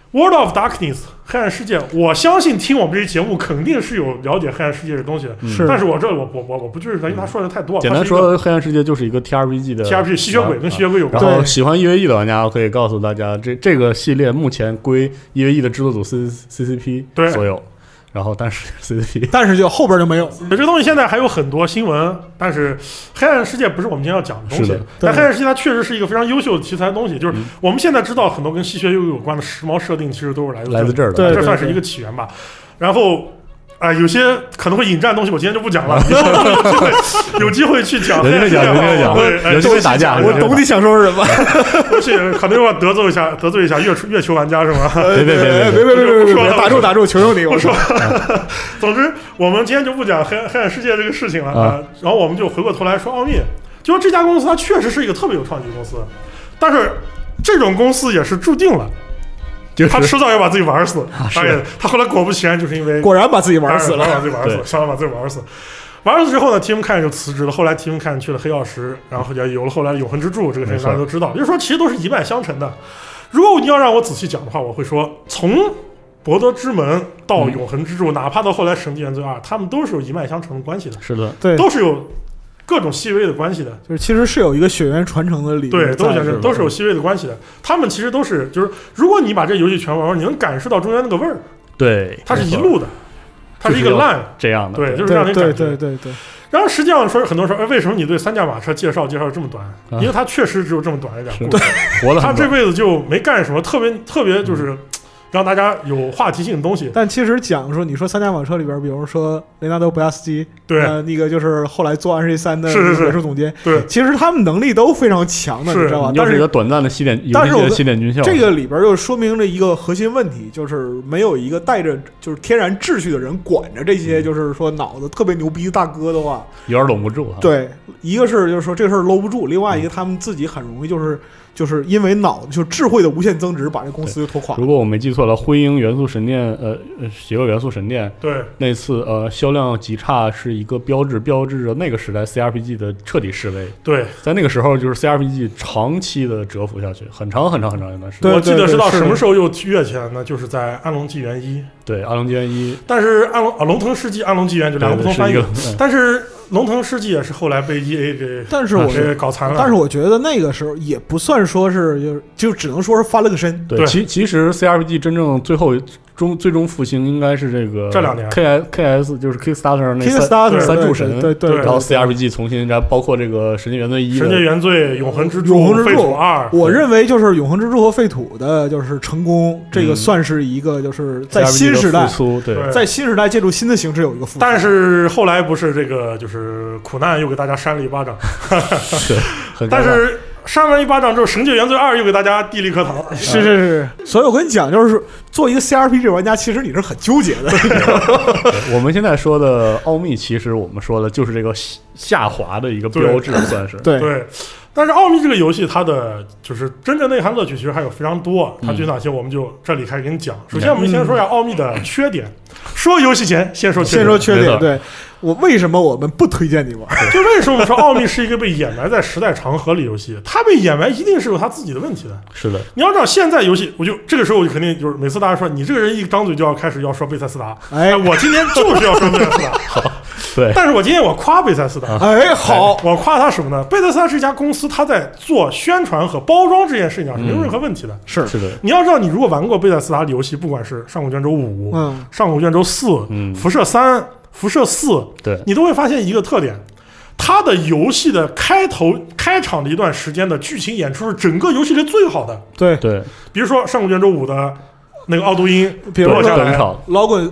World of Darkness 黑暗世界，我相信听我们这期节目肯定是有了解黑暗世界这东西的，但是我不就是因为他说的太多了。 简单说，黑暗世界就是一个 TRPG 的 TRPG 吸血鬼跟吸血鬼有关。 然后喜欢 EVE 的玩家，我可以告诉大家，这个系列目前归 EVE 的制作组 CCP 所有。然后，但是就后边就没有。 这个东西现在还有很多新闻，但是黑暗世界不是我们今天要讲的东西。但黑暗世界它确实是一个非常优秀的题材的东西，就是我们现在知道很多跟吸血鬼有关的时髦设定，其实都是来自这儿的， 这算是一个起源吧。然后。有些可能会引战的东西，我今天就不讲了。有机会去讲， 有机会打架。 我懂你想说什么。 而且可能又要得罪一下月球玩家是吗？ 别，打住，求求你！我说。 总之，我们今天就不讲黑暗世界这个事情了啊。然后我们就回过头来说奥秘，就说这家公司它确实是一个特别有创意的公司，但是这种公司也是注定了。他迟早要把自己玩死，他后来果不其然，就是因为果然把自己玩死了， 想把自己玩死。玩死之后呢 ，Tim Cain 就辞职了。后来 Tim Cain 去了黑曜石，然后也有了后来的永恒之柱，这个事情大家都知道。就是说，其实都是一脉相承的。如果你要让我仔细讲的话，我会说，从博德之门到永恒之柱，哪怕到后来神纪元罪2，他们都是有一脉相承的关系的。 是的， 对， 都是有各种细微的关系的， 就是其实是有一个血缘传承的理论， 对，都是有细微的关系的。他们其实都是，就是如果你把这游戏全玩完，你能感受到中间那个味儿， 对， 它是一路的，它是一个 line 这样的， 对，就是让你感觉， 对。 然后实际上说，很多人说，为什么你对三驾马车介绍这么短？因为它确实只有这么短一点故事， 活了， 他这辈子就没干什么特别就是。让大家有话题性的东西， 但其实讲说，你说三驾马车里边，比如说雷纳多·布亚斯基， 对， 那个就是后来做《暗世3》的美术总监， 对， 其实他们能力都非常强的，你知道吧？ 但是一个短暂的西点军校， 这个里边又说明了一个核心问题，就是没有一个带着就是天然秩序的人管着这些，就是说脑子特别牛逼的大哥的话， 有点拢不住。 对，一个是就是说这个事儿搂不住，另外一个他们自己很容易就是因为脑子就智慧的无限增值，把这公司就拖垮。 如果我没记错了，辉鹰元素神殿，邪恶元素神殿， 对， 那次销量极差是一个标志着那个时代 CRPG 的彻底式微。 对， 在那个时候就是 CRPG 长期的蛰伏下去，很长一段时间。 我记得是到什么时候又跃起来呢？就是在《暗龙纪元1》。 对，《暗龙纪元1》， 但是龙腾世纪、暗龙纪元就两个不同翻译，但是。龙腾世纪也是后来被 EA 给搞残了， 但是我觉得那个时候也不算说是就只能说是翻了个身。 对，其实 CRPG 真正最终复兴应该是这2年 KS 就是 Kickstarter 那三柱神， 对， 然后 CRPG 重新，然后包括这个神界原罪1、 神界原罪、永恒之柱、废土2。 我认为就是永恒之柱和废土的就是成功，这个算是一个就是在新时代，在新时代借助新的形式有一个复苏。 但是后来不是这个就是苦难又给大家扇了一巴掌，但是。扇完一巴掌之后，《神界原罪2》又给大家地利课堂。 是，所以我跟你讲，就是做一个 CRPG 玩家，其实你是很纠结的。 我们现在说的奥秘，其实我们说的就是这个下滑的一个标志，算是对。 但是奥秘这个游戏，它的就是真正内涵乐趣，其实还有非常多。它具体哪些，我们就这里开始给你讲。首先，我们先说一下奥秘的缺点。说游戏前先说缺点。对，为什么我们不推荐你玩？ 就为什么我们说奥秘是一个被掩埋在时代长河里游戏？它被掩埋一定是有它自己的问题的。 是的， 你要知道现在游戏，这个时候我就肯定就是每次大家说你这个人一张嘴就要开始要说贝塞斯达，我今天就是要说贝塞斯达。 好，对。 但是我今天我夸贝塞斯达， 好， 我夸他什么呢？贝塞斯达是一家公司，他在做宣传和包装这件事情上是没有任何问题的。 是的， 你要知道，你如果玩过贝塞斯达的游戏，不管是上古卷轴5、上古卷轴4、辐射3、辐射4， 对， 你都会发现一个特点，它的游戏的开场的一段时间的剧情演出是整个游戏里最好的。 对， 比如说上古卷轴5的那个奥杜因， 比如说老滚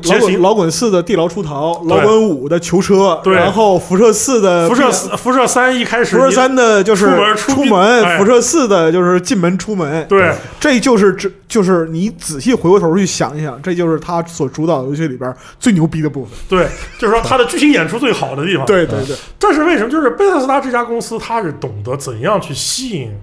4的地牢出逃，老滚5的囚车，然后辐射4的辐射3一开始， 辐射3的就是出门，辐射4的就是进门出门。 对， 这就是你仔细回过头去想一想，这就是他所主导游戏里边最牛逼的部分。 对，就是说他的剧情演出最好的地方。 对， 这是为什么？就是贝塞斯达这家公司，他是懂得怎样去吸引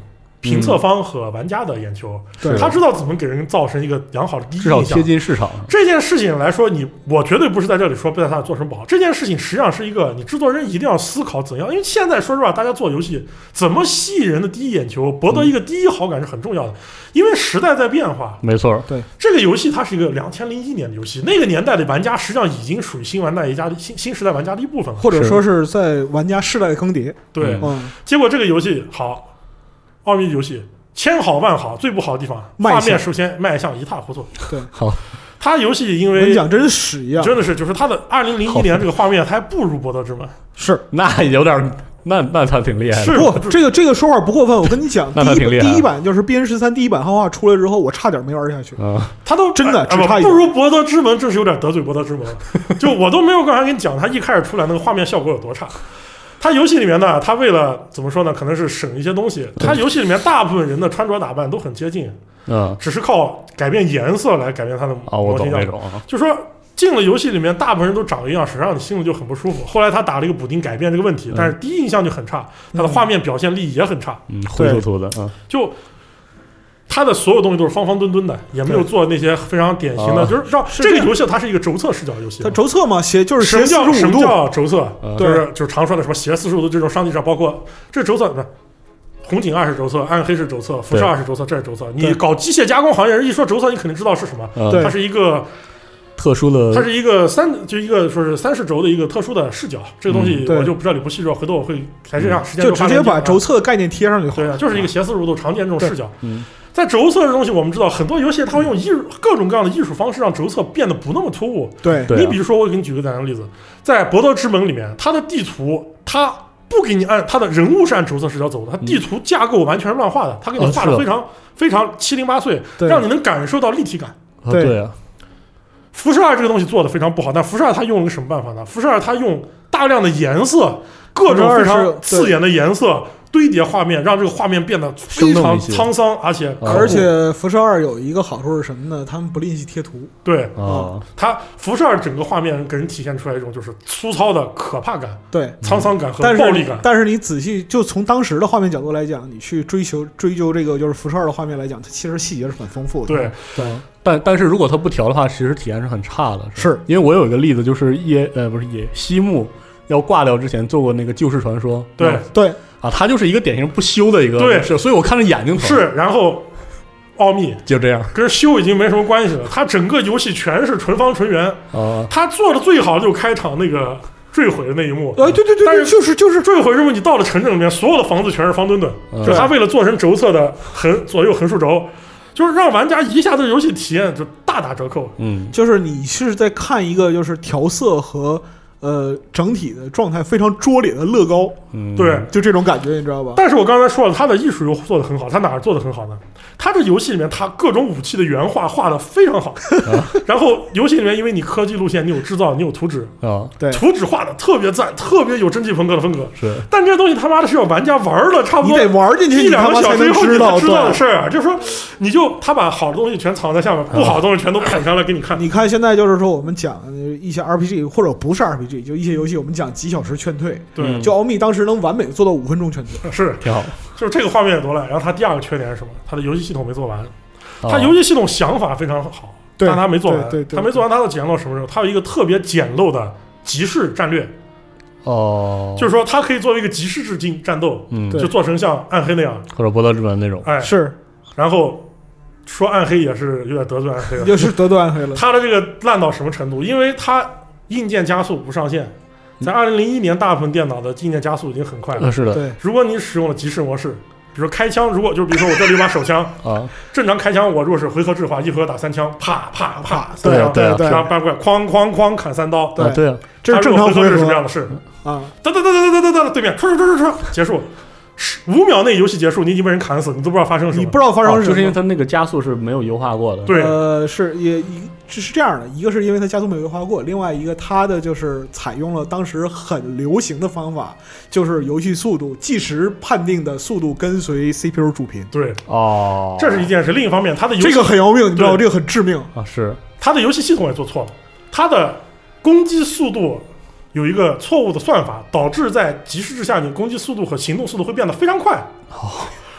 评测方和玩家的眼球，他知道怎么给人造成一个良好的第一印象， 至少贴近市场。 这件事情来说，我绝对不是在这里说贝塞斯达做什么不好，这件事情实际上是一个你制作人一定要思考怎样，因为现在说实话，大家做游戏怎么吸引人的第一眼球，博得一个第一好感是很重要的，因为时代在变化。 没错， 对这个游戏它是一个2001年的游戏，那个年代的玩家实际上已经属于新时代玩家的一部分了， 或者说是在玩家世代的更迭。 对，结果这个游戏好，奥秘游戏千好万好，最不好的地方，画面首先卖相一塌糊涂。 对， 好。 他游戏因为讲真屎一样， 真的是，就是他的2001年这个画面，他还不如《博德之门》。 是， 那有点，那他挺厉害的。 不，这个说法不过分。我跟你讲，第一版就是BN13第一版汉化出来之后，我差点没玩下去。 他都真的只差一不如《博德之门》，这是有点得罪《博德之门》。就我都没有刚才跟你讲，他一开始出来那个画面效果有多差。他游戏里面呢，他为了怎么说呢，可能是省一些东西。他游戏里面大部分人的穿着打扮都很接近，只是靠改变颜色来改变他的模型样子。就说进了游戏里面，大部分人都长一样，实际上你心里就很不舒服。后来他打了一个补丁改变这个问题，但是第一印象就很差，他的画面表现力也很差， 灰秃秃的， 就。它的所有东西都是方方墩墩的，也没有做那些非常典型的，就是知道这个游戏它是一个轴测视角游戏。 它轴测嘛，就是斜 45度。什么叫轴测？就是常说的什么斜45度这种上帝上，包括这轴测，红警2是轴测，暗黑是轴测，辐射2是轴测，这是轴测。你搞机械加工行业，人一说轴测，你肯定知道是什么。它是一个特殊的， 它是一个说是30轴的一个特殊的视角。这个东西我就不这里不细说，回头我会还是让时间就直接把轴测的概念贴上就好。 对啊，就是一个斜45度常见这种视角。在轴测这东西，我们知道很多游戏它会用各种各样的艺术方式让轴测变得不那么突兀。 对， 你比如说，我给你举个简单的例子，在《博德之门》里面，它的地图它不给你按它的人物是按轴测视角走的，它地图架构完全是乱画的，它给你画的非常非常708碎，让你能感受到立体感。 对啊， 辐射2这个东西做的非常不好，但辐射2它用了个什么办法呢？辐射2它用大量的颜色，各种非常刺眼的颜色。堆叠画面，让这个画面变得非常沧桑，而且辐射2有一个好处是什么呢？他们不吝惜贴图。 对它辐射2整个画面给人体现出来一种就是粗糙的可怕感， 对沧桑感和暴力感。 但是你仔细就从当时的画面角度来讲，你去追究这个就是辐射2的画面来讲，它其实细节是很丰富的。 对。但是如果它不调的话，其实体验是很差的。 是因为我有一个例子，就是西木要挂掉之前做过那个救世传说。 对。 它就是一个典型不修的一个， 对， 所以我看着眼睛疼。 是，然后奥秘就这样， 跟修已经没什么关系了。它整个游戏全是纯方纯圆。它做的最好就是开场那个坠毁的那一幕。 对， 但是就是坠毁之后，你到了城镇里面，所有的房子全是方墩墩，就它为了做成轴测的左右横竖轴，就是让玩家一下子游戏体验就大打折扣。 就是你是在看一个就是调色和。整体的状态非常拙劣的乐高， 对， 就这种感觉，你知道吧？ 但是我刚才说了，它的艺术又做得很好，它哪儿做得很好呢？它这游戏里面，它各种武器的原画画得非常好，然后游戏里面，因为你科技路线，你有制造，你有图纸对， 图纸画的特别赞，特别有蒸汽朋克的风格。 是， 但这东西他妈的是要玩家玩了差不多， 你得玩进去 1-2个小时以后你才知道的事儿啊！就是说，他把好的东西全藏在下面，不好的东西全都摆上来给你看。 你看现在就是说，我们讲一些 RPG 或者不是 RPG，就一些游戏，我们讲几小时劝退。 对， 就奥秘当时能完美做到5分钟劝退， 是挺好。 就是这个画面有多烂，然后它第2个缺点是什么？它的游戏系统没做完。它游戏系统想法非常好，但它没做完。它没做完，它的简陋什么时候？它有一个特别简陋的即时战略。就是说它可以作为一个即时制战斗，就做成像暗黑那样， 或者博德之门那种。 是。 然后说暗黑也是有点得罪暗黑了， 也是得罪暗黑了。 它的这个烂到什么程度？因为它硬件加速不上线。在2001年，大部分电脑的硬件加速已经很快了。 是的， 对。 如果你使用了即时模式，比如开枪，比如说我这里有把手枪正常开枪，我如果是回合制的话，一回合打3枪，啪啪啪，3枪， 对， 然后搬过来，哐哐哐砍3刀， 对啊， 这是正常回合制是什么样的事啊？ 哒，对面，结束。5秒内游戏结束，你已经被人砍死，你都不知道发生什么。 你不知道发生什么， 就是因为它那个加速是没有优化过的。 对， 是这样的，一个是因为它加速没有优化过，另外一个它的就是采用了当时很流行的方法，就是游戏速度即时判定的速度跟随 CPU 主频。 对，这是一件事。另一方面，它的游戏这个很要命，你知道，这个很致命啊。是， 它的游戏系统也做错了，它的攻击速度有一个错误的算法，导致在即时之下，你攻击速度和行动速度会变得非常快。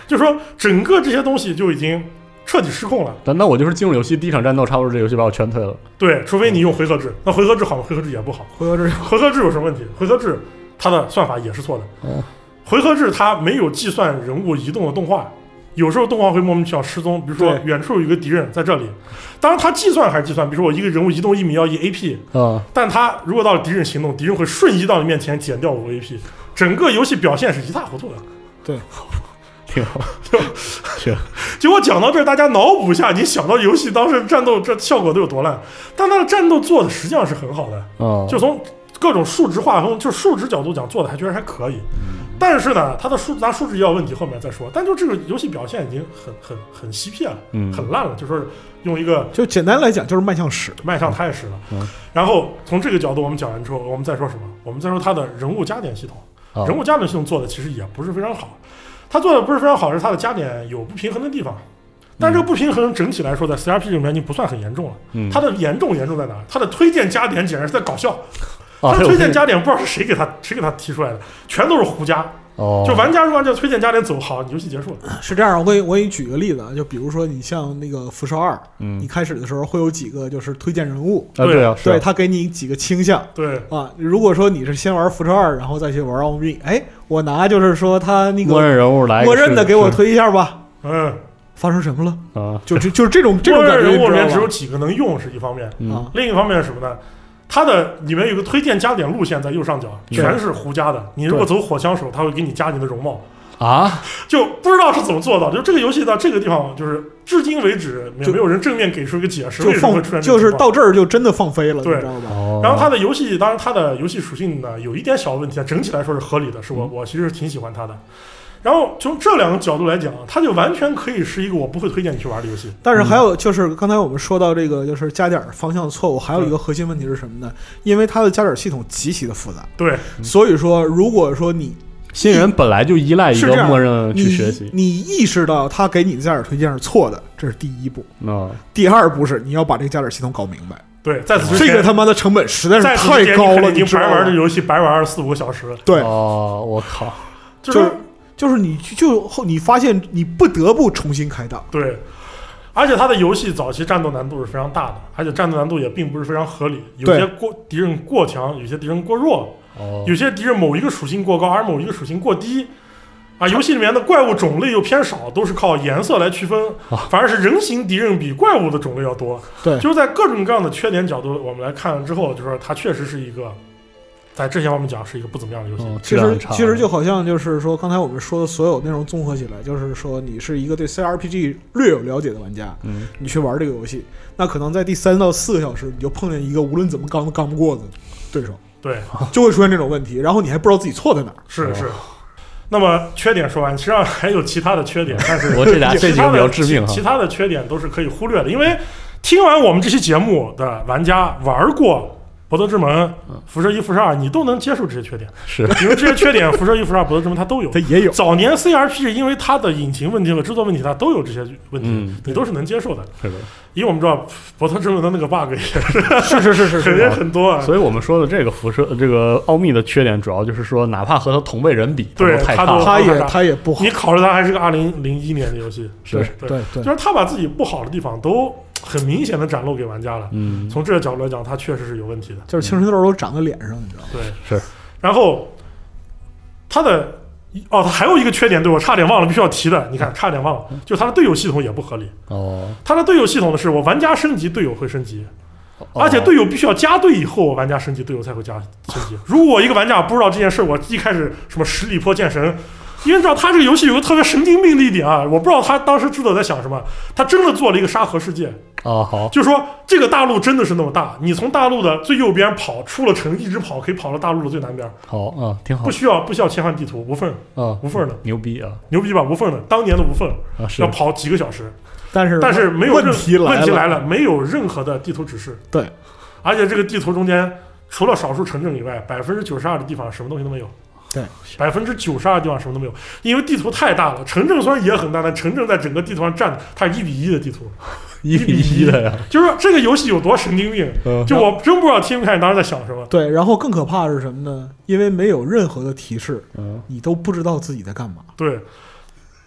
就是说整个这些东西就已经彻底失控了。 那我就是进入游戏第一场战斗，差不多这游戏把我全推了。 对，除非你用回合制，那回合制好吗？回合制也不好。回合制有什么问题？回合制它的算法也是错的。回合制它没有计算人物移动的动画。有时候动画会莫名其妙失踪，比如说远处有一个敌人在这里，当然他计算还是计算，比如说我一个人物移动1米要1 AP，但他如果到了敌人行动，敌人会瞬移到你面前减掉5 AP， 整个游戏表现是一塌糊涂的。 对， 挺好。 结果讲到这儿，大家脑补一下，你想到游戏当时战斗这效果都有多烂，但他的战斗做的实际上是很好的，就从各种数值化就数值角度讲做的还觉得还可以。但是呢，它的拿数值也有问题，后面再说。但就这个游戏表现已经很稀撇了，很烂了。就说用一个， 就简单来讲，就是卖相屎， 卖相太屎了。然后从这个角度我们讲完之后，我们再说什么？我们再说它的人物加点系统。人物加点系统做的其实也不是非常好，它做的不是非常好，是它的加点有不平衡的地方。但这个不平衡整体来说，在 CRPG 里面已经不算很严重了。它的严重在哪？它的推荐加点简直是在搞笑。他推荐加点不知道是谁给他提出来的，全都是胡加。就玩家如果按照推荐加点走，好，游戏结束了。 是这样，我给你举个例子啊，就比如说你像那个辐射2，你开始的时候会有几个就是推荐人物，对，他给你几个倾向， 对啊，如果说你是先玩辐射2，然后再去玩奥秘，我拿就是说他那个默认人物来， 默认的给我推一下吧，发生什么了啊？就是这种默认人物里面只有几个能用是一方面，另一方面是什么呢？它的里面有个推荐加点路线在右上角，全是胡加的。你如果走火枪手，它会给你加你的容貌啊， 就不知道是怎么做到。就这个游戏到这个地方，就是至今为止也没有人正面给出一个解释，为什么会出现这个情况。 就是到这儿就真的放飞了， 对， 你知道吧？ 然后它的游戏，当然它的游戏属性呢有一点小问题，整体来说是合理的，是我其实挺喜欢它的。然后从这两个角度来讲，它就完全可以是一个我不会推荐你去玩的游戏。 但是还有就是刚才我们说到这个就是加点方向的错误，还有一个核心问题是什么呢？因为它的加点系统极其的复杂， 对， 所以说如果说你新人本来就依赖一个默认去学习， 你意识到他给你的加点推荐是错的，这是第一步。第二步是你要把这个加点系统搞明白。 对，在此之前这个他妈的成本实在是太高了， 已经白玩这游戏白玩了4-5个小时了。 对， 我靠， 就是你发现你不得不重新开档。 对，而且它的游戏早期战斗难度是非常大的，而且战斗难度也并不是非常合理，有些敌人过强，有些敌人过弱，有些敌人某一个属性过高，而某一个属性过低。游戏里面的怪物种类又偏少，都是靠颜色来区分，反而是人形敌人比怪物的种类要多。 对， 就是在各种各样的缺点角度，我们来看之后，就是说它确实是一个。在这些方面讲是一个不怎么样的游戏。 其实就好像就是说刚才我们说的所有内容综合起来，就是说你是一个对 CRPG 略有了解的玩家，你去玩这个游戏，那可能在第3到4个小时你就碰见一个无论怎么刚都刚不过的对手， 对， 就会出现这种问题，然后你还不知道自己错在哪儿。 是。那么缺点说完，实际上还有其他的缺点，但是我这几个比较致命， 其他的缺点都是可以忽略的，因为听完我们这期节目的玩家玩过博德之门、辐射1、辐射2，你都能接受这些缺点， 是因为这些缺点，辐射1、辐射2、博德之门它都有， 它也有。 早年 CRPG 因为它的引擎问题和制作问题，它都有这些问题，你都是能接受的。 是的， 因为我们知道博德之门的那个 bug 也是很多啊。 所以我们说的这个辐射这个奥秘的缺点，主要就是说，哪怕和它同辈人比， 对， 它也不好。 你考虑它还是个2001年的游戏， 对， 就是它把自己不好的地方都很明显的展露给玩家了。从这个角度来讲，它确实是有问题的。 就是青春痘都长在脸上，你知道吗？ 对， 是。 然后它它还有一个缺点，对我差点忘了，必须要提的。你看，差点忘了，就是它的队友系统也不合理。它的队友系统的是，我玩家升级，队友会升级，而且队友必须要加队以后，玩家升级，队友才会升级。如果一个玩家不知道这件事，我一开始什么十里坡剑神。因为知道他这个游戏有个特别神经病的一点啊，我不知道他当时制作在想什么，他真的做了一个沙盒世界好， 就是说这个大陆真的是那么大，你从大陆的最右边跑出了城，一直跑可以跑到大陆的最南边。 好挺好， 不需要切换地图，无缝的， 牛逼啊， 牛逼吧，无缝的，当年的无缝要跑几个小时，但是没有问题来了，没有任何的地图指示， 对， 而且这个地图中间除了少数城镇以外，92%的地方什么东西都没有。 对 ，92%的地方什么都没有，因为地图太大了。城镇虽然也很大，但城镇在整个地图上占，它是1:1的地图 ，1:1的呀。 就是说这个游戏有多神经病，就我真不知道 Tim Kaine当时在想什么。 对，然后更可怕的是什么呢？因为没有任何的提示，你都不知道自己在干嘛。 对，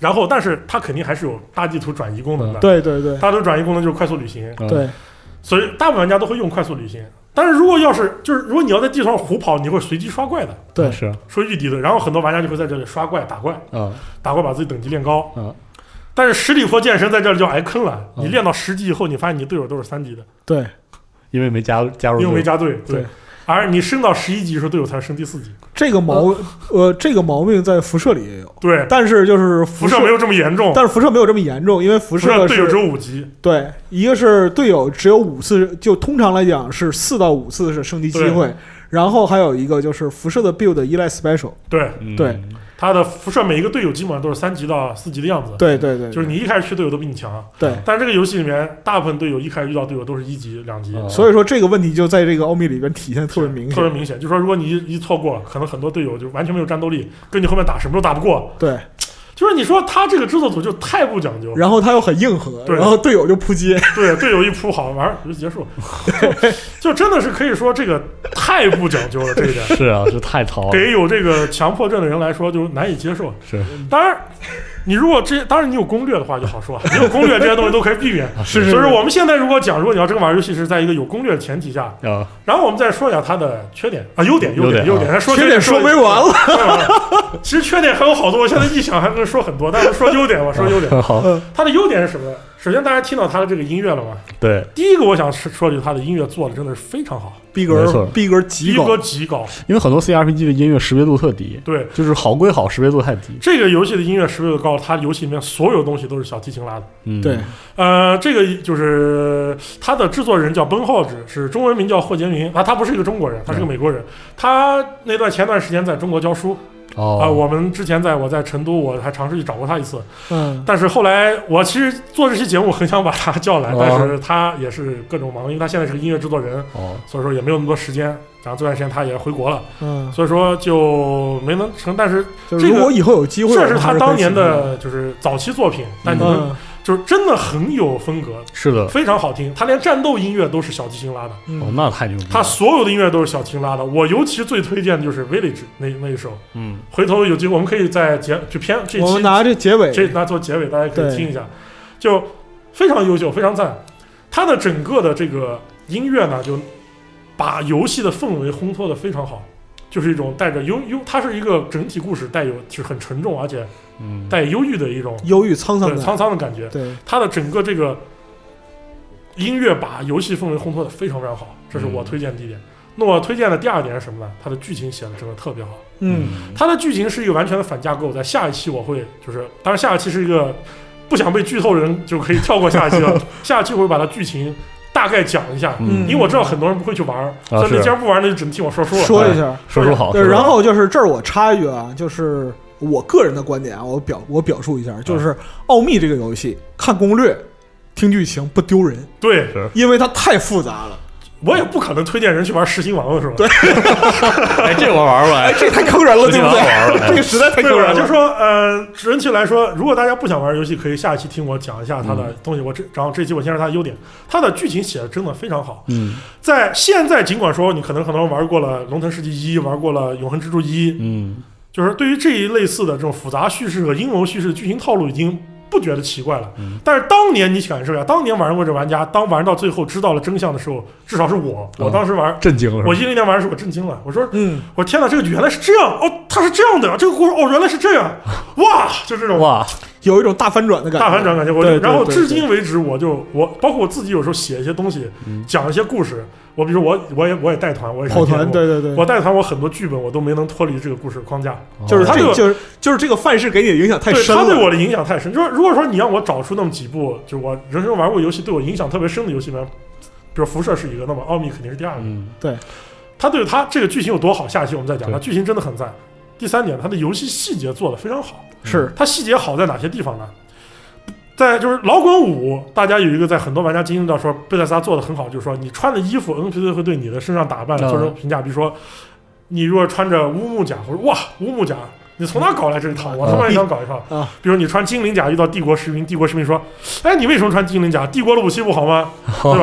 然后但是它肯定还是有大地图转移功能的。 对对对， 大地图转移功能就是快速旅行。 对， 所以大部分玩家都会用快速旅行。但是如果如果你要在地图上胡跑，你会随机刷怪的。 对， 是说御敌的，然后很多玩家就会在这里刷怪打怪，打怪把自己等级练高。但是十里坡剑神在这里就挨坑了。你练到10级以后，你发现你队友都是3级的。 对， 因为没加入， 因为没加队。 对。 而你升到11级的时候，队友才升第4级。 这个毛病在辐射里也有。 对， 但是就是辐射没有这么严重。 但是辐射没有这么严重，因为辐射队友只有5级。 对，一个是队友只有5次，就通常来讲是4到5次是升级机会。然后还有一个就是辐射的 build 依赖 special。 对对。 他的辐射每一个队友基本上都是3级到4级的样子。 对对对， 就是你一开始去队友都比你强。 对， 但这个游戏里面大部分队友一开始遇到队友都是1级、2级。 所以说这个问题就在这个奥秘里边体现特别明显。 特别明显，就是说如果你一错过，可能很多队友就完全没有战斗力，跟你后面打什么都打不过。 对。 就是你说他这个制作组就太不讲究， 然后他又很硬核，然后队友就扑街， 对，队友一扑好玩就结束，就真的是可以说这个太不讲究了，这一点是啊，是太糙了， 给有这个强迫症的人来说就难以接受。 是， 当然。你如果当然你有攻略的话就好说，你有攻略这些东西都可以避免。 是。 所以说我们现在如果你要这个玩游戏是在一个有攻略的前提下，然后我们再说一下它的缺点啊，优点。说缺点说没完了。 其实缺点还有好多，我现在一想还能说很多，但是说优点，我说优点。 好， 它的优点是什么呢？首先大家听到它的这个音乐了吗？ 对。 第一个我想说的，它的音乐做的真的是非常好。 逼格极高， 因为很多 CRPG 的音乐识别度特低， 对， 就是好归好，识别度太低。 这个游戏的音乐识别度高，它游戏里面所有东西都是小提琴拉的。 对， 这个就是它的制作人叫奔浩之，是中文名叫霍杰明啊，他不是一个中国人，他是个美国人。他前段时间在中国教书。我们之前我在成都，我还尝试去找过他一次，但是后来我其实做这期节目很想把他叫来，但是他也是各种忙，因为他现在是个音乐制作人，所以说也没有那么多时间。然后这段时间他也回国了，所以说就没能成。但是如果以后有机会， 这是他当年的就是早期作品，但你们就是真的很有风格， 是的， 非常好听。他连战斗音乐都是小提琴拉的， 那太牛逼了。 他所有的音乐都是小提琴拉的。我尤其最推荐的就是 Village 那一首，回头有机会我们可以在这期我们拿这结尾， 拿做结尾，大家可以听一下，就非常优秀，非常赞。他的整个的这个音乐呢，就把游戏的氛围烘托的非常好，就是一种带着它是一个整体故事带有就是很沉重而且带忧郁的一种忧郁沧桑的感觉。 对， 它的整个这个音乐把游戏氛围烘托的非常非常好，这是我推荐的第一点。那我推荐的第二点是什么呢？它的剧情写的真的特别好。它的剧情是一个完全的反架构，在下一期我会当然下一期是一个不想被剧透的人就可以跳过下一期了。下一期我会把它剧情大概讲一下，因为我知道很多人不会去玩，所以你既然不玩，那就只能听我说一下， 说好。 对，然后就是这儿我插一句啊，就是我个人的观点啊，我表述一下，就是奥秘这个游戏看攻略、听剧情不丢人， 对， 因为它太复杂了。 我也不可能推荐人去玩《实心王》是吧？ 对， 这我玩玩， 这太坑人了，对不对？这个实在太坑人了。 就是说，整体来说，如果大家不想玩游戏，可以下一期听我讲一下它的东西。然后这期我先说它的优点，它的剧情写的真的非常好。在现在尽管说你可能很多人玩过了《龙腾世纪1》，玩过了《永恒之柱1》，就是对于这一类似的这种复杂叙事和阴谋叙事剧情套路已经不觉得奇怪了，但是当年你感受一下，当年玩过这玩家，当玩到最后知道了真相的时候，至少是我当时玩震惊了。 我10年玩的时候我震惊了，我说，我天哪，这个原来是这样哦，它是这样的，这个故事原来是这样，哇，就这种哇， 有一种大反转的感觉， 大反转感觉。然后至今为止，我包括我自己有时候写一些东西，讲一些故事。我比如说我也带团，我也跑团，对， 我带团，我很多剧本我都没能脱离这个故事框架， 就是这个范式给你的影响太深了， 他对我的影响太深。就是如果说你让我找出那么几部，就是我人生玩过游戏对我影响特别深的游戏里面，比如辐射是一个，那么奥秘肯定是第二个。 对， 他对他这个剧情有多好，下期我们再讲。他剧情真的很赞。第三点，他的游戏细节做得非常好。 是， 他细节好在哪些地方呢？在就是老滚5，大家有一个在很多玩家经历到说贝塞斯达做的很好，就是说你穿的衣服 NPC 会对你的身上打扮做出评价，比如说你如果穿着乌木甲，或者哇乌木甲，你从哪搞来这一套？我他妈也想搞一套。比如你穿精灵甲遇到帝国士兵，帝国士兵说：“哎，你为什么穿精灵甲？帝国的武器不好吗？对吧？”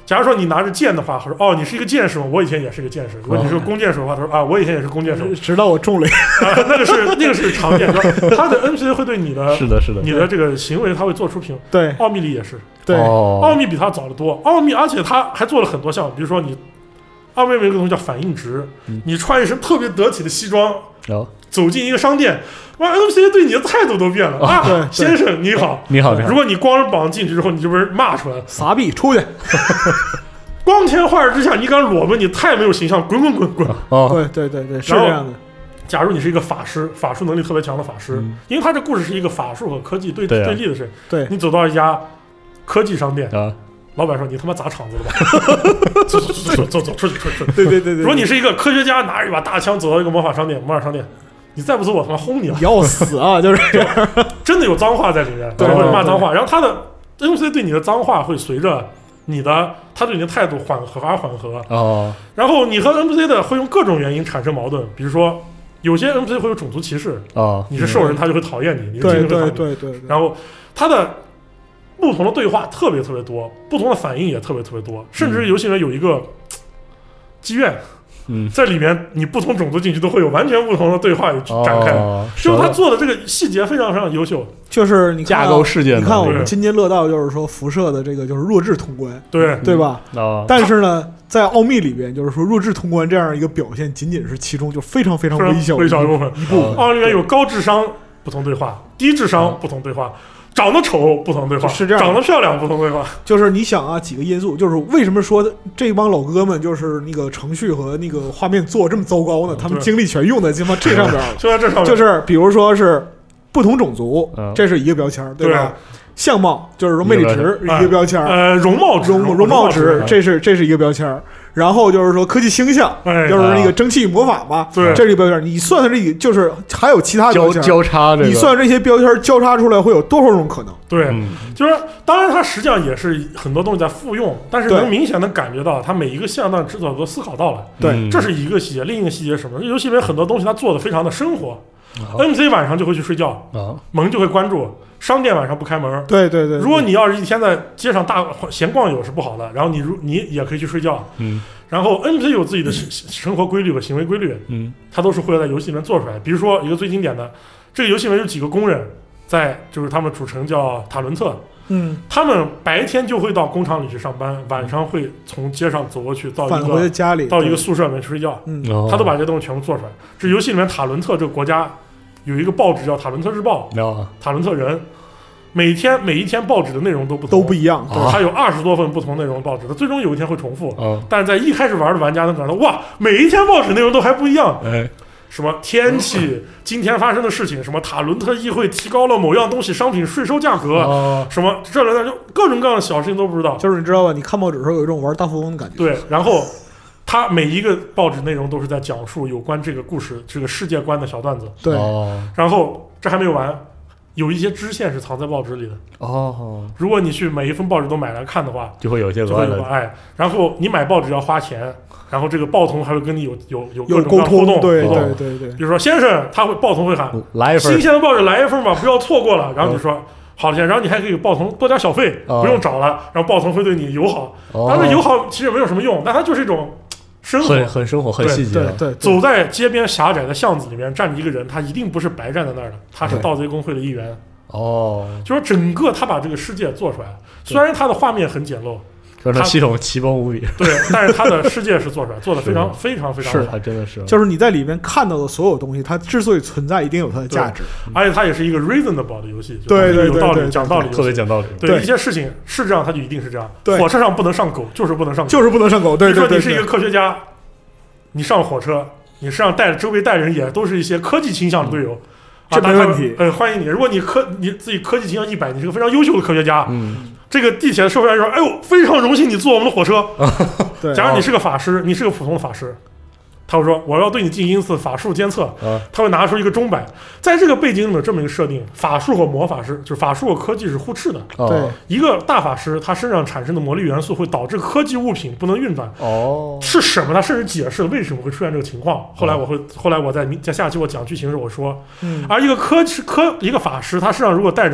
假如说你拿着剑的话，他说哦，你是一个剑士吗？我以前也是个剑士。如果你是个弓箭手的话，他说啊，我以前也是弓箭手。 直到我中了那个是常见的，他的 NPC 会对你的是的你的这个行为他会做出评。 对， 奥秘里也是。 对， 奥秘比他早得多。奥秘而且他还做了很多项目，比如说你奥秘有一个东西叫反应值，你穿一身特别得体的西装，走进一个商店。哇 ，NPC 对你的态度都变了啊！ 对， 先生你好， 你好。 如果你光着膀进去之后，你就被人骂出来了， 撒币出去。 光天化日之下，你敢裸奔，你太没有形象，滚！ 对，是这样的。 假如你是一个法师，法术能力特别强的法师，因为他这故事是一个法术和科技对立的事。 对， 你走到一家科技商店啊。 老板说：“你他妈砸场子了吧？走，出去！” 对。 如果你是一个科学家，拿着一把大枪走到一个魔法商店，你再不走，我他妈轰你啊！ 要死啊！就是真的有脏话在里面， 对， 会骂脏话。然后他的 NPC 对你的脏话会随着他对你的态度缓和哦。 然后你和 NPC 的会用各种原因产生矛盾，比如说有些 NPC 会有种族歧视你是兽人，他就会讨厌你，你是精灵会讨厌你。 对。 然后他的不同的对话特别多，不同的反应也特别多，甚至游戏里面有一个妓院。在里面你不同种族进去都会有完全不同的对话展开，就是他做的这个细节非常优秀。 就是你架构事件， 你看我们津津乐道就是说辐射的这个就是弱智通关， 对吧？但是呢，在奥秘里边就是说弱智通关这样一个表现，仅仅是其中就非常微小一部分。奥秘里面有高智商不同对话，低智商不同对话。长得丑不同对话， 是这样； 长得漂亮不同对话。 就是你想啊，几个因素，就是为什么说这帮老哥们就是那个程序和那个画面做这么糟糕呢？他们精力全用在这上边了。 就在这上面， 就是比如说是不同种族，这是一个标签，对吧？相貌就是说魅力值一个标签， 容貌值这是一个标签。然后就是说科技倾向，就是那个蒸汽与魔法嘛， 对， 这是一个标签。你算算这，就是还有其他标签交叉， 你算这些标签交叉出来会有多少种可能？ 对，就是当然它实际上也是很多东西在复用，但是能明显的感觉到它每一个项段制作都思考到了。 对， 这是一个细节。另一个细节是什么？游戏里面很多东西它做的非常的生活。NPC 晚上就会去睡觉，门就会关住，商店晚上不开门。 对。 如果你要是一天在街上闲逛悠是不好的，然后你也可以去睡觉。然后 NPC 有自己的生活规律和行为规律，它都是会在游戏里面做出来。比如说一个最经典的，这个游戏里面有几个工人就是他们主城叫塔伦特，他们白天就会到工厂里去上班，晚上会从街上走过去到返回家里， 到一个宿舍里面去睡觉。他都把这些东西全部做出来。这游戏里面塔伦特这个国家有一个报纸叫塔伦特日报，塔伦特人。每一天报纸的内容都不一样， 它有20多份不同内容的报纸，它最终有一天会重复。但是在一开始玩的玩家能感到，哇，每一天报纸内容都还不一样。什么天气，今天发生的事情，什么塔伦特议会提高了某样东西商品税收价格，什么这就各种各样的小事情都不知道。 就是你知道吧？你看报纸的时候有一种玩大富翁的感觉。 对，然后它每一个报纸内容都是在讲述有关这个故事、这个世界观的小段子。 对， 然后这还没有完。有一些支线是藏在报纸里的如果你去每一份报纸都买来看的话， 就会有一些额外的然后你买报纸要花钱，然后这个报童还会跟你有各种沟通互动， 对。 比如说先生，报童会喊来一份新鲜的报纸来一份吧，不要错过了。然后你说好的，然后你还可以给报童多点小费，不用找了，然后报童会对你友好。当然友好其实也没有什么用，但它就是一种。 很生活，很细节。 对， 走在街边狭窄的巷子里面站着一个人，他一定不是白站在那儿的，他是盗贼工会的一员。就是整个他把这个世界做出来了，虽然他的画面很简陋， 就是系统奇崩无比。 对，但是他的世界是做出来，做的非常好。 他真的是， 就是你在里面看到的所有东西，它之所以存在，一定有它的价值。 而且它也是一个 reasonable 的游戏， 对， 有道理，讲道理， 特别讲道理。 对，一些事情是这样，它就一定是这样。火车上不能上狗，就是不能上狗。 对。 你说你是一个科学家。你上火车，你身上周围带人也都是一些科技倾向的队友， 这没问题。 欢迎你。如果你自己科技倾向100，你是个非常优秀的科学家。这个地铁的售票员说：“哎呦，非常荣幸你坐我们的火车。”假如你是个法师，你是个普通的法师，他会说我要对你进行一次法术监测，他会拿出一个钟摆，在这个背景里的这么一个设定，法术和魔法师就是法术和科技是互斥的。 对， 一个大法师他身上产生的魔力元素会导致科技物品不能运转。是什么？他甚至解释了为什么会出现这个情况。后来我在下期我讲剧情时我说，而一个法师他身上如果带着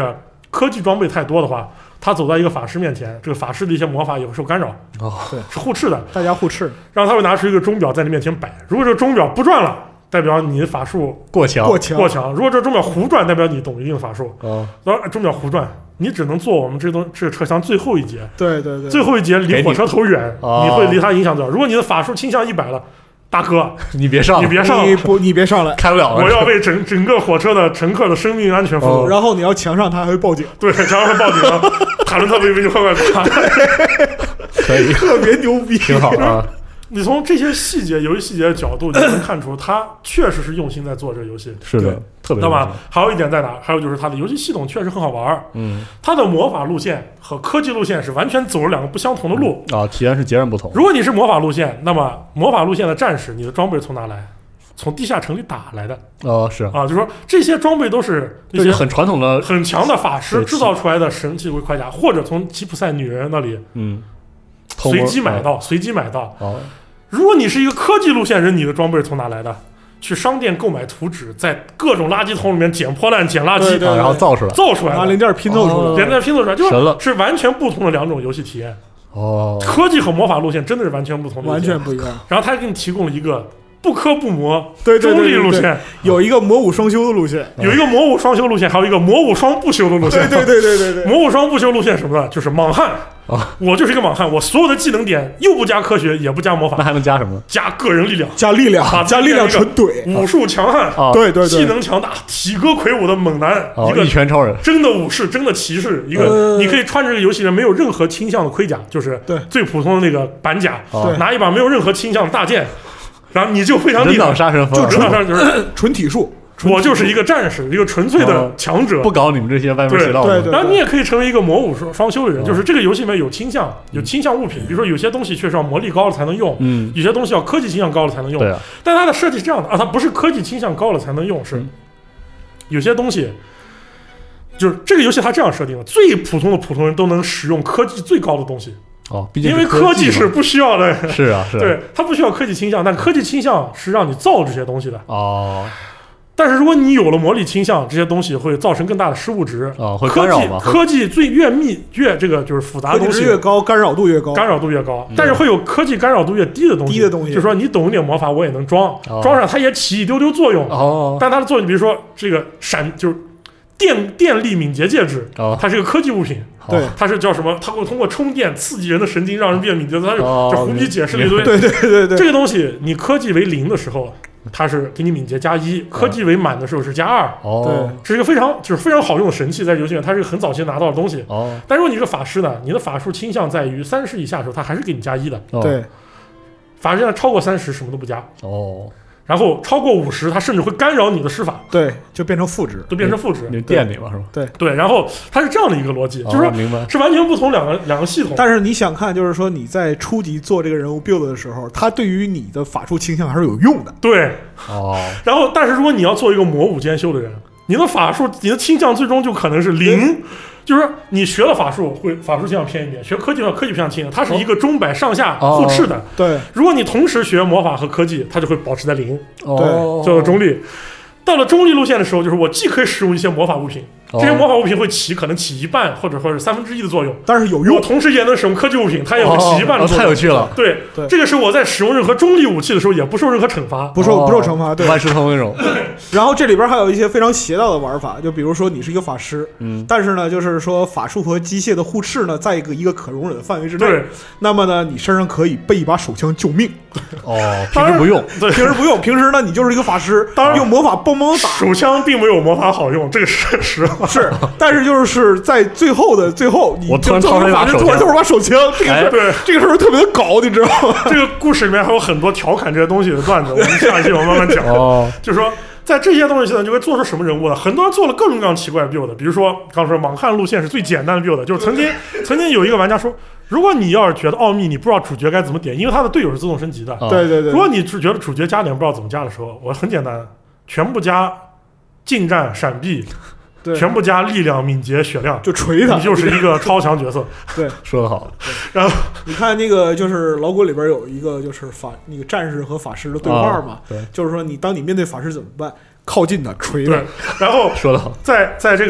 科技装备太多的话，他走在一个法师面前，这个法师的一些魔法也会受干扰。 对， 是互斥的， 大家互斥。 然后他会拿出一个钟表在你面前摆，如果这个钟表不转了，代表你的法术过强。 如果这钟表胡转，代表你懂一定的法术。然后钟表胡转，你只能坐我们这个车厢最后一节。 对对对， 最后一节离火车头远，你会离它影响最小。如果你的法术倾向100了，大哥， 你别上， 你别上来， 开不了了。 我要为整个火车的乘客的生命安全负责。 然后你要墙上，他还会报警。 对，墙上会报警的。塔伦特维维就快快可以， 特别牛逼， 挺好啊。 你从这些细节、游戏细节的角度，你能看出他确实是用心在做这个游戏。 是的，特别。 对吧？还有一点在哪？还有就是它的游戏系统确实很好玩。它的魔法路线和科技路线是完全走了2个不相同的路啊，体验是截然不同。 如果你是魔法路线，那么魔法路线的战士，你的装备从哪来？从地下城里打来的。 是啊，就是说这些装备都是那些很传统的、 很强的法师制造出来的神奇盔甲，或者从吉普赛女人那里随机买到。如果你是一个科技路线人，你的装备是从哪来的？去商店购买图纸，在各种垃圾桶里面捡破烂、捡垃圾， 然后造出来， 拿零件拼凑出来， 就是完全不同的2种游戏体验。科技和魔法路线真的是完全不同的， 完全不一样。 然后他还给你提供了一个不科不魔中立路线， 有一个魔武双修的路线， 有一个魔武双修路线，还有一个魔武双不修的路线。 对， 魔武双不修路线什么的，就是莽汉。我就是一个莽汉，我所有的技能点又不加科学，也不加魔法， 那还能加什么？ 加个人力量， 加力量纯怼， 武术强悍， 对， 技能强大，体格魁梧的猛男， 一拳超人， 真的武士，真的骑士，一个你可以穿着这个游戏里没有任何倾向的盔甲，就是最普通的那个板甲，拿一把没有任何倾向的大剑，然后你就非常厉害， 人挡杀神风， 就是纯体术。 我就是一个战士，一个纯粹的强者， 不搞你们这些歪门邪道。 对， 然后你也可以成为一个魔武双修的人，就是这个游戏里面有倾向物品，比如说有些东西确实要魔力高了才能用，有些东西要科技倾向高了才能用。 对， 但它的设计是这样的它不是科技倾向高了才能用，是有些东西，就是这个游戏它这样设定的，最普通的普通人都能使用科技最高的东西。因为科技是不需要的。 是啊， 对，它不需要科技倾向，但科技倾向是让你造这些东西的。但是如果你有了魔力倾向，这些东西会造成更大的失误值会干扰吗？ 科技越这个就是复杂的东西越高，干扰度越高。 但是会有科技干扰度越低的东西。就是说你懂一点魔法，我也能装上，它也起一丢丢作用。但它的作用，比如说这个就是电力敏捷戒指，它是个科技物品。 对， 它是叫什么？它会通过充电刺激人的神经，让人变敏捷。它就胡逼解释了一堆。 对， 这个东西你科技为0的时候，它是给你敏捷加1；科技为满的时候是加2。 对， 是一个非常好用的神器，在游戏里面它是一个很早期拿到的东西。但如果你是个法师呢，你的法术倾向在于30以下的时候，它还是给你加1的。 对， 法师呢超过30什么都不加。然后超过50，它甚至会干扰你的施法。 对，就变成负值， 你店里嘛是吧？ 对，然后它是这样的一个逻辑，就是说是完全不同两个系统。 但是你想看，就是说你在初级做这个人物 build 的时候，它对于你的法术倾向还是有用的。 对，然后但是如果你要做一个魔武兼修的人，你的法术，你的倾向最终就可能是0。就是你学了法术会法术倾向偏一点，学科技科技偏倾向，它是一个中摆上下互斥的。 对， 如果你同时学魔法和科技，它就会保持在0。 对， 叫做中立。到了中立路线的时候，就是我既可以使用一些魔法物品，这些魔法物品会可能起1半或者1/3的作用， 但是有用。 我同时也能使用科技物品，它也会起1半的作用。 太有趣了。 对，这个是我在使用任何中立武器的时候也不受任何惩罚， 不受惩罚。对， 万事通那种。 然后这里边还有一些非常邪道的玩法，就比如说你是一个法师，但是呢，就是说法术和机械的互斥呢，在一个可容忍的范围之内。 对， 那么呢，你身上可以备一把手枪救命。 平时不用。 平时呢，你就是一个法师，当然用魔法帮忙打。 手枪并没有魔法好用，这个是实话。 是，但是就是在最后， 我突然掏出一把手枪， 突然把手枪，这个时候特别的搞，你知道吗？ 这个故事里面还有很多调侃这些东西的段子，我们下一期我慢慢讲。就是说，在这些东西呢，就会做出什么人物呢？很多人做了各种各样奇怪的 build， 比如说刚说莽汉路线是最简单的 build， 就是曾经有一个玩家说，如果你要是觉得奥秘你不知道主角该怎么点，因为他的队友是自动升级的。 对。 如果你只觉得主角加点不知道怎么加的时候，我很简单，全部加近战闪避。全部加力量、敏捷、血量， 就锤他， 你就是一个超强角色。 对， 说得好。 然后你看那个，就是老滚里边有一个，就是那个战士和法师的对话嘛。 对， 就是说当你面对法师怎么办？靠近他，锤他。 对，然后说得好， 在这个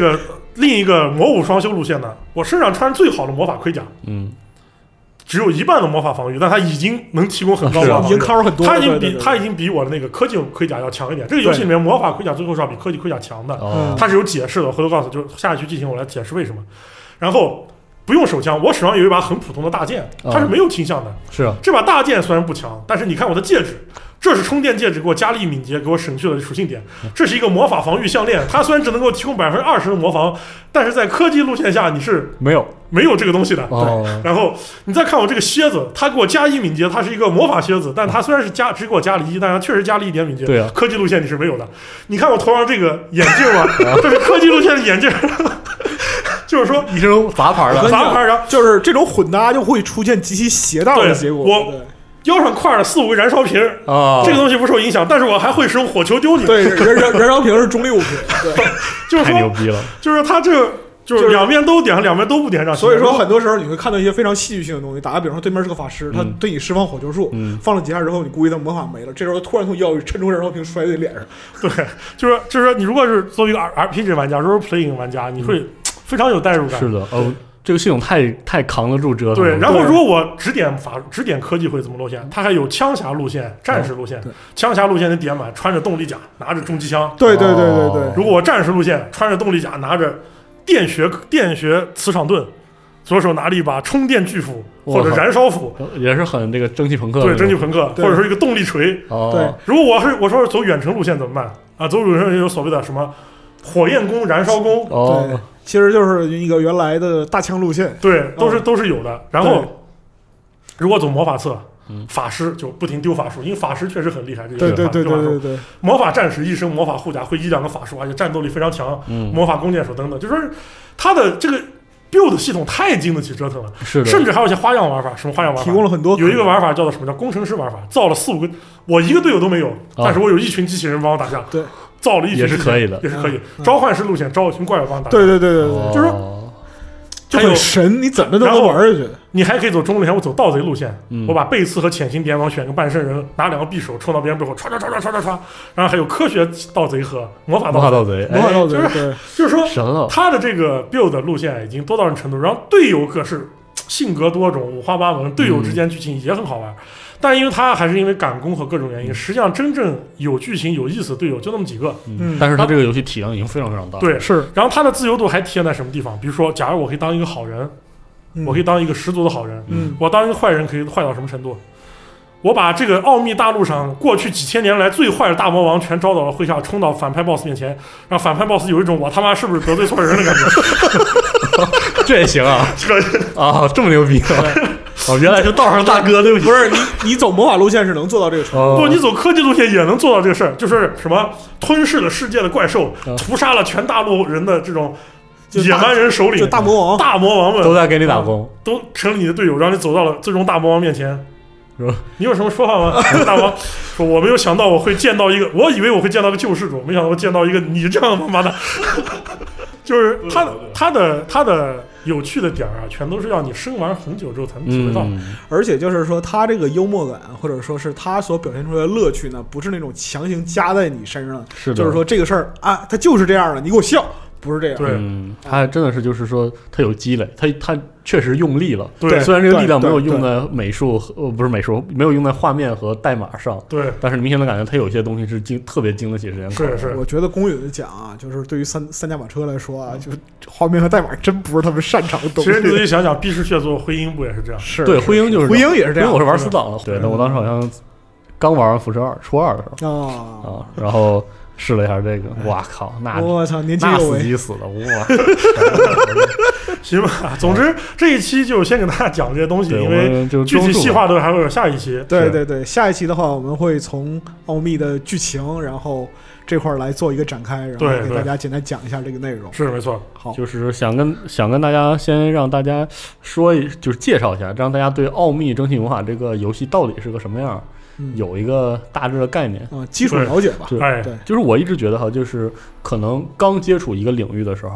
另一个魔武双修路线呢，我身上穿最好的魔法盔甲，只有一半的魔法防御，但它已经能提供很高的魔法防御， 已经 cover 很多了， 它已经比我的那个科技盔甲要强一点。这个游戏里面魔法盔甲最后是要比科技盔甲强的，它是有解释的，回头告诉就下一期剧情我来解释为什么。然后不用手枪，我手上有一把很普通的大剑，它是没有倾向的。 是啊， 这把大剑虽然不强，但是你看我的戒指，这是充电戒指，给我加力敏捷，给我省去了属性点。这是一个魔法防御项链，它虽然只能够提供20%的魔防，但是在科技路线下你是没有这个东西的。然后你再看我这个靴子，它给我加1敏捷，它是一个魔法靴子，但它虽然是只给我加了1，但它确实加了1点敏捷。 对啊， 科技路线你是没有的。你看我头上这个眼镜吗？这是科技路线的眼镜。就是说， 一身杂牌的， 就是这种混搭就会出现极其邪道的结果。 我腰上挎着4、5个燃烧瓶这个东西不受影响，但是我还会使用火球丢你。 对，燃烧瓶是中立物品，对， 就是说太牛逼了。 就是它这个就是两边都点上，两边都不点上。 所以说，很多时候你会看到一些非常戏剧性的东西。打个比方说，对面是个法师，他对你释放火球术，放了几下之后，你估计他魔法没了，这时候突然从腰里抻出燃烧瓶摔在脸上。 对，就是说，你如果是作为一个 RPG 玩家 ，role playing 玩家，你会非常有代入感。 是的，这个系统太扛得住折腾了。 对，然后如果我只点科技会怎么路线？它还有枪侠路线、战士路线。枪侠路线得点满，穿着动力甲，拿着重机枪。 对。 如果我战士路线，穿着动力甲，拿着电学磁场盾，左手拿了一把充电巨斧或者燃烧斧， 也是很这个蒸汽朋克。 对，蒸汽朋克，或者说一个动力锤。 对， 如果我说是走远程路线怎么办啊？走远程有所谓的什么火焰弓、燃烧弓。 对。其实就是一个原来的大枪路线， 对，都是有的。然后，如果走魔法侧，法师就不停丢法术，因为法师确实很厉害。 对。 魔法战士一身魔法护甲，会1-2个法术，而且战斗力非常强。魔法弓箭手等等，就是他的这个 build 系统太经得起折腾了。 是的， 甚至还有一些花样玩法，什么花样玩法？ 提供了很多。 有一个玩法叫做什么叫工程师玩法，造了4、5个，我一个队友都没有，但是我有一群机器人帮我打架。 对。 造了一群也是可以的， 也是可以。召唤师路线，招一群怪物帮打。 对， 就是说， 就很神，你怎么都能玩下去。 你还可以走中路线，我走盗贼路线，我把背刺和潜行点网选个半身人，拿2个匕首冲到别人背后，唰，然后还有科学盗贼和魔法盗贼，就是说， 神了。 他的这个 build 路线已经多到这程度，然后队友可是性格多种，五花八门，队友之间剧情也很好玩。但因为他还是因为赶工和各种原因，实际上真正有剧情有意思的队友就那么几个。 但是他这个游戏体量已经非常非常大。 对， 是。 然后他的自由度还体现在什么地方？比如说，假如我可以当一个好人，我可以当一个十足的好人，我当一个坏人可以坏到什么程度？我把这个奥秘大陆上过去几千年来最坏的大魔王全招到了麾下，冲到反派 boss 面前，让反派 boss 有一种我他妈是不是得罪错人的感觉。 这也行啊！啊，这么牛逼啊！原来是道上大哥，对不起。 不是你走魔法路线是能做到这个程度， 不，你走科技路线也能做到这个事儿，就是什么吞噬了世界的怪兽，屠杀了全大陆人的这种野蛮人首领， 就大魔王们都在给你打工， 都成了你的队友，让你走到了最终大魔王面前。你有什么说法吗？大王说：“我没有想到我会见到一个，我以为我会见到个救世主，没想到我见到一个你这样他妈的。”就是他的有趣的点啊，全都是要你生玩很久之后才能体会到。 而且就是说，他这个幽默感，或者说是他所表现出来的乐趣呢，不是那种强行加在你身上，就是说这个事儿啊，他就是这样的，你给我笑。不是这样， 对， 他真的是就是说他有积累，他确实用力了。 对， 虽然这个力量没有用在美术不是美术，没有用在画面和代码上。 对， 但是明显的感觉他有些东西是特别经得起时间考。 是， 我觉得宫允讲啊，就是对于三驾马车来说啊，就是画面和代码真不是他们擅长的东西。 其实你自己想想，毕氏血做灰鹰不也是这样？ 是对，灰鹰就是灰鹰也是这样。 因为我是玩死党了，对，那我当时好像刚玩完辐射2初2的时候啊，然后。试了一下这个，哇靠， 我操，年轻有为， 那死机死了，哇！ 行吧，总之这一期就先给大家讲这些东西，因为具体细化都还会有下一期。 对，下一期的话，我们会从奥秘的剧情，然后这块来做一个展开，然后给大家简单讲一下这个内容。 是没错， 好， 就是想跟大家先让大家说，就是介绍一下，让大家对奥秘蒸汽魔法这个游戏到底是个什么样。有一个大致的概念基础了解吧。 对，就是我一直觉得哈，就是可能刚接触一个领域的时候，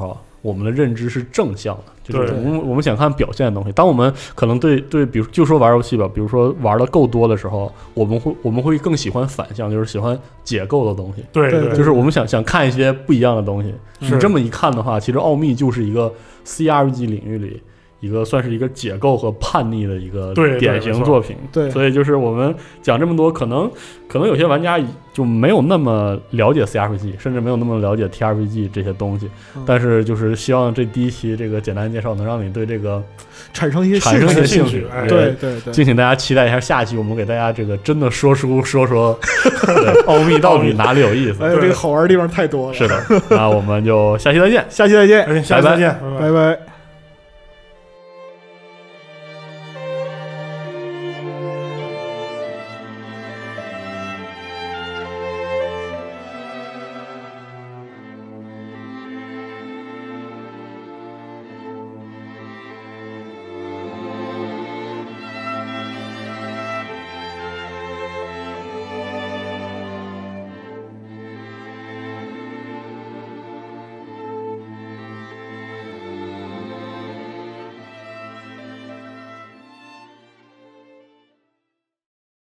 我们的认知是正向的，就是我们想看表现的东西。当我们可能对，比如就说玩游戏吧，比如说玩的够多的时候，我们会更喜欢反向，就是喜欢解构的东西。 对， 就是我们想看一些不一样的东西。你这么一看的话，其实奥秘就是一个 CRPG 领域里算是一个解构和叛逆的一个典型作品。 对， 所以就是我们讲这么多，可能有些玩家就没有那么了解 CRPG， 甚至没有那么了解 TRPG 这些东西。但是就是希望这第一期这个简单介绍能让你对这个产生一些兴趣。 对， 敬请大家期待一下下期，我们给大家这个真的说奥秘到底哪里有意思。 这个好玩的地方太多了。 是的，那我们就下期再见。 下期再见， 下期再见， 拜拜。